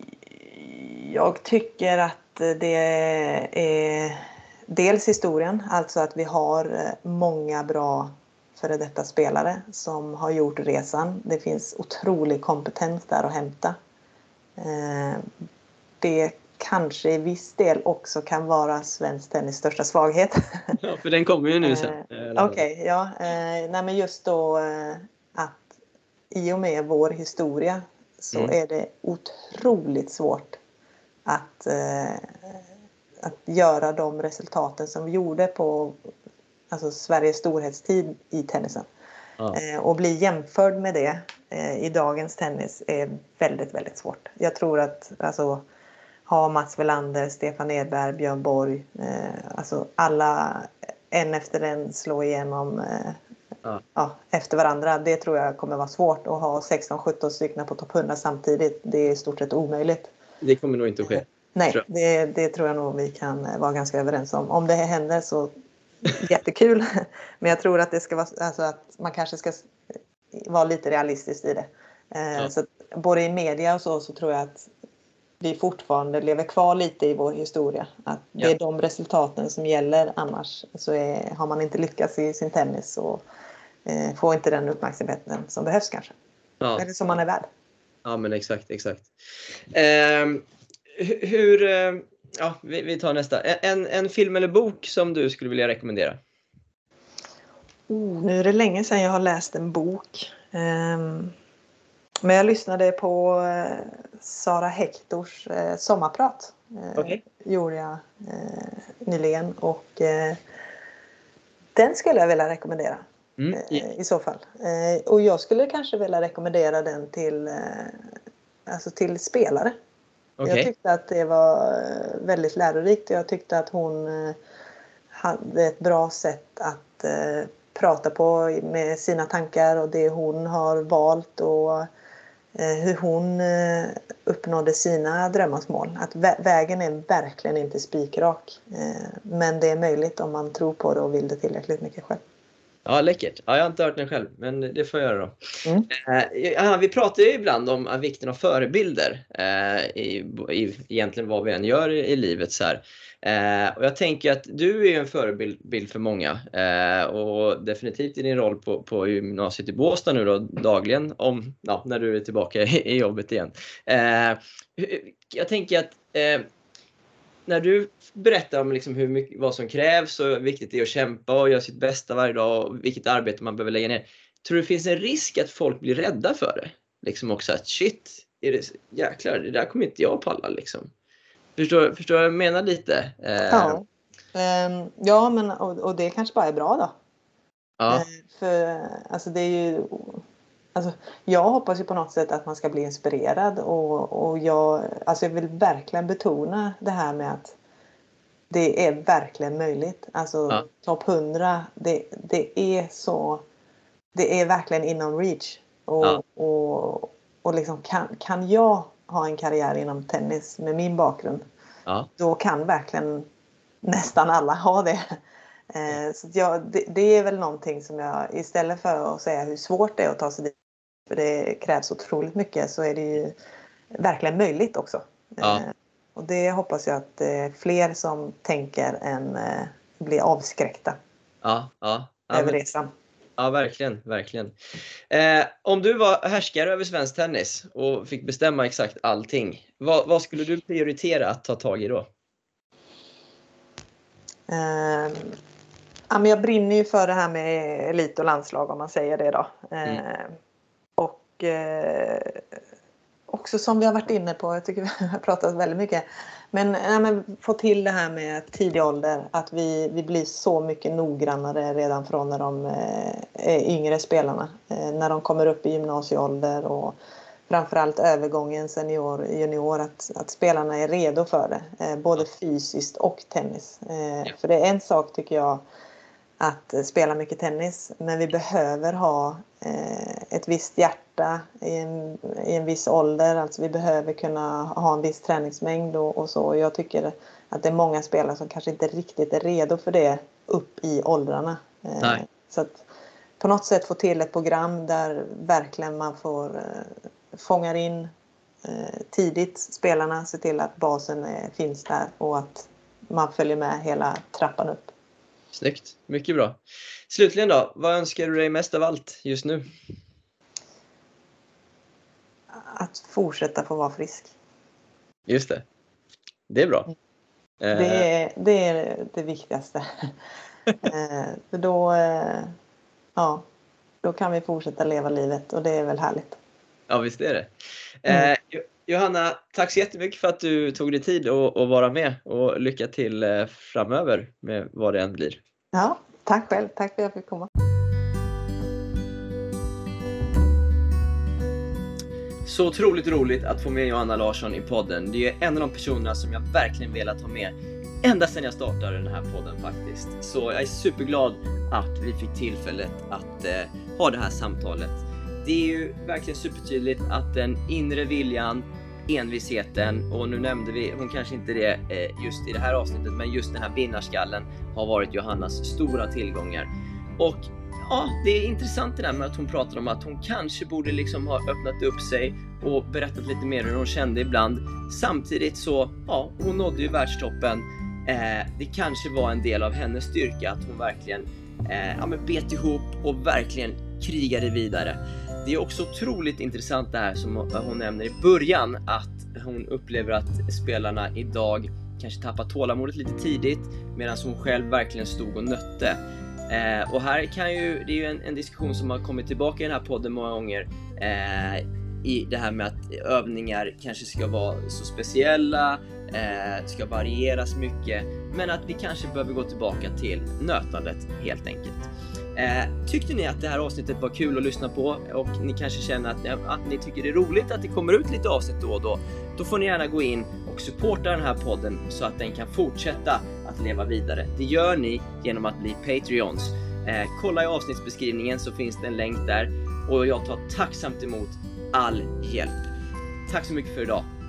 jag tycker att det är dels historien, alltså att vi har många bra före detta spelare som har gjort resan. Det finns otrolig kompetens där att hämta. Eh, det kanske i viss del också kan vara svensk tennis största svaghet. Ja, för den kommer ju nu sen. Eh, Okej, okay, ja. Eh, nej men just då eh, att i och med vår historia så mm. är det otroligt svårt att, eh, att göra de resultaten som vi gjorde på alltså Sveriges storhetstid i tennisen. Ja. Eh, och bli jämförd med det eh, i dagens tennis är väldigt, väldigt svårt. Jag tror att alltså, ha Mats Welander, Stefan Edberg, Björn Borg, eh, alltså alla en efter en slå igenom eh, ja. Ja, efter varandra. Det tror jag kommer vara svårt att ha sexton sjutton stycken på topp hundra samtidigt. Det är i stort sett omöjligt. Det kommer nog inte att ske. Eh, nej, tror det, det tror jag nog vi kan vara ganska överens om. Om det händer så jättekul. Men jag tror att det ska vara, alltså att man kanske ska vara lite realistisk i det. Eh, ja. Så att, både i media och så, så tror jag att vi fortfarande lever kvar lite i vår historia. Att det ja. är de resultaten som gäller, annars så är, har man inte lyckats i sin tennis och eh, får inte den uppmärksamheten som behövs kanske. Ja. Eller som man är värd. Ja, men exakt, exakt. Eh, hur, eh, ja, vi, vi tar nästa. En, en film eller bok som du skulle vilja rekommendera? Oh, nu är det länge sedan jag har läst en bok. Um, Men jag lyssnade på eh, Sara Hektors eh, sommarprat. Eh, okay. Gjorde jag eh, nyligen. Och eh, den skulle jag vilja rekommendera. Mm. Eh, I så fall. Eh, och jag skulle kanske vilja rekommendera den till, eh, alltså till spelare. Okay. Jag tyckte att det var väldigt lärorikt. Jag tyckte att hon eh, hade ett bra sätt att eh, prata på med sina tankar. Och det hon har valt och hur hon uppnådde sina drömmasmål. Att vä- vägen är verkligen inte spikrak. Men det är möjligt om man tror på det och vill det tillräckligt mycket själv. Ja, läckert. Ja, jag har inte hört den själv, men det får jag göra då. Mm. Eh, vi pratar ju ibland om vikten av förebilder. Eh, i, i, egentligen vad vi än gör i, i livet så här. Eh, och jag tänker att du är en förebild för många. Eh, och definitivt i din roll på, på gymnasiet i Båstad nu då, dagligen. Om, ja, när du är tillbaka i, i jobbet igen. Eh, jag tänker att eh, när du berättar om liksom hur mycket, vad som krävs och hur viktigt det är att kämpa och göra sitt bästa varje dag och vilket arbete man behöver lägga ner. Tror du det finns en risk att folk blir rädda för det? Liksom också att shit, är det, jäklar, det där kommer inte jag palla liksom. Förstår, förstår jag menar lite? Eh, Ja, um, ja men, och, och det kanske bara är bra då. ja. Eh, för alltså det är ju... Alltså, jag hoppas ju på något sätt att man ska bli inspirerad. Och, och jag, alltså jag vill verkligen betona det här med att det är verkligen möjligt. Alltså Ja. topp hundra, det, det är så... Det är verkligen inom reach. Och, Ja. och, och liksom kan, kan jag ha en karriär inom tennis med min bakgrund, Ja. då kan verkligen nästan alla ha det. Eh, så att jag, det, det är väl någonting som jag, istället för att säga hur svårt det är att ta sig dit, för det krävs otroligt mycket, så är det ju verkligen möjligt också. Ja. Eh, och det hoppas jag att eh, fler som tänker än eh, blir avskräckta Ja, ja. Ja, över men, resan. ja, verkligen, verkligen. Eh, om du var härskare över svensk tennis och fick bestämma exakt allting, vad, vad skulle du prioritera att ta tag i då? Eh, ja, men jag brinner ju för det här med elit och landslag, om man säger det då. Eh, Mm. Och eh, också som vi har varit inne på, jag tycker vi har pratat väldigt mycket. Men, ja, men få till det här med tidig ålder. Att vi, vi blir så mycket noggrannare redan från när de eh, är yngre spelarna. Eh, när de kommer upp i gymnasieålder och framförallt övergången senior junior. Att, att spelarna är redo för det. Eh, både fysiskt och tennis. Eh, för det är en sak tycker jag, att spela mycket tennis, men vi behöver ha eh, ett visst hjärta i en, i en viss ålder. Alltså vi behöver kunna ha en viss träningsmängd och, och så. Jag tycker att det är många spelare som kanske inte riktigt är redo för det upp i åldrarna. Eh, så att på något sätt få till ett program där verkligen man får eh, fångar in eh, tidigt spelarna, se till att basen eh, finns där och att man följer med hela trappan upp. Snyggt, mycket bra. Slutligen då, vad önskar du dig mest av allt just nu? Att fortsätta få vara frisk. Just det, det är bra. Det är det, är det viktigaste. För då, ja, då kan vi fortsätta leva livet och det är väl härligt. Ja, visst är det. Mm. Eh, Johanna, tack så jättemycket för att du tog dig tid att, att vara med, och lycka till eh, framöver med vad det än blir. Ja, tack själv. Tack för att jag fick komma. Så otroligt roligt att få med Johanna Larsson i podden. Det är en av de personerna som jag verkligen velat ha med ända sedan jag startade den här podden faktiskt. Så jag är superglad att vi fick tillfället att eh, ha det här samtalet. Det är ju verkligen supertydligt att den inre viljan, envisheten, och nu nämnde vi, hon kanske inte det eh, just i det här avsnittet, men just den här vinnarskallen har varit Johannas stora tillgångar. Och ja, det är intressant det där med att hon pratar om att hon kanske borde liksom ha öppnat upp sig och berättat lite mer hur hon kände ibland. Samtidigt så, ja, hon nådde ju världstoppen. Eh, det kanske var en del av hennes styrka att hon verkligen eh, ja, men bet ihop och verkligen krigade vidare. Det är också otroligt intressant det här som hon nämner i början, att hon upplever att spelarna idag kanske tappar tålamodet lite tidigt, medan hon själv verkligen stod och nötte. Eh, och här kan ju, det är ju en, en diskussion som har kommit tillbaka i den här podden många gånger, eh, i det här med att övningar kanske ska vara så speciella, eh, ska varieras mycket, men att vi kanske behöver gå tillbaka till nötandet helt enkelt. Eh, tyckte ni att det här avsnittet var kul att lyssna på, och ni kanske känner att, att ni tycker det är roligt att det kommer ut lite avsnitt då och då, då får ni gärna gå in och supporta den här podden så att den kan fortsätta att leva vidare. Det gör ni genom att bli Patreons. Eh, kolla i avsnittsbeskrivningen så finns det en länk där, och jag tar tacksamt emot all hjälp. Tack så mycket för idag.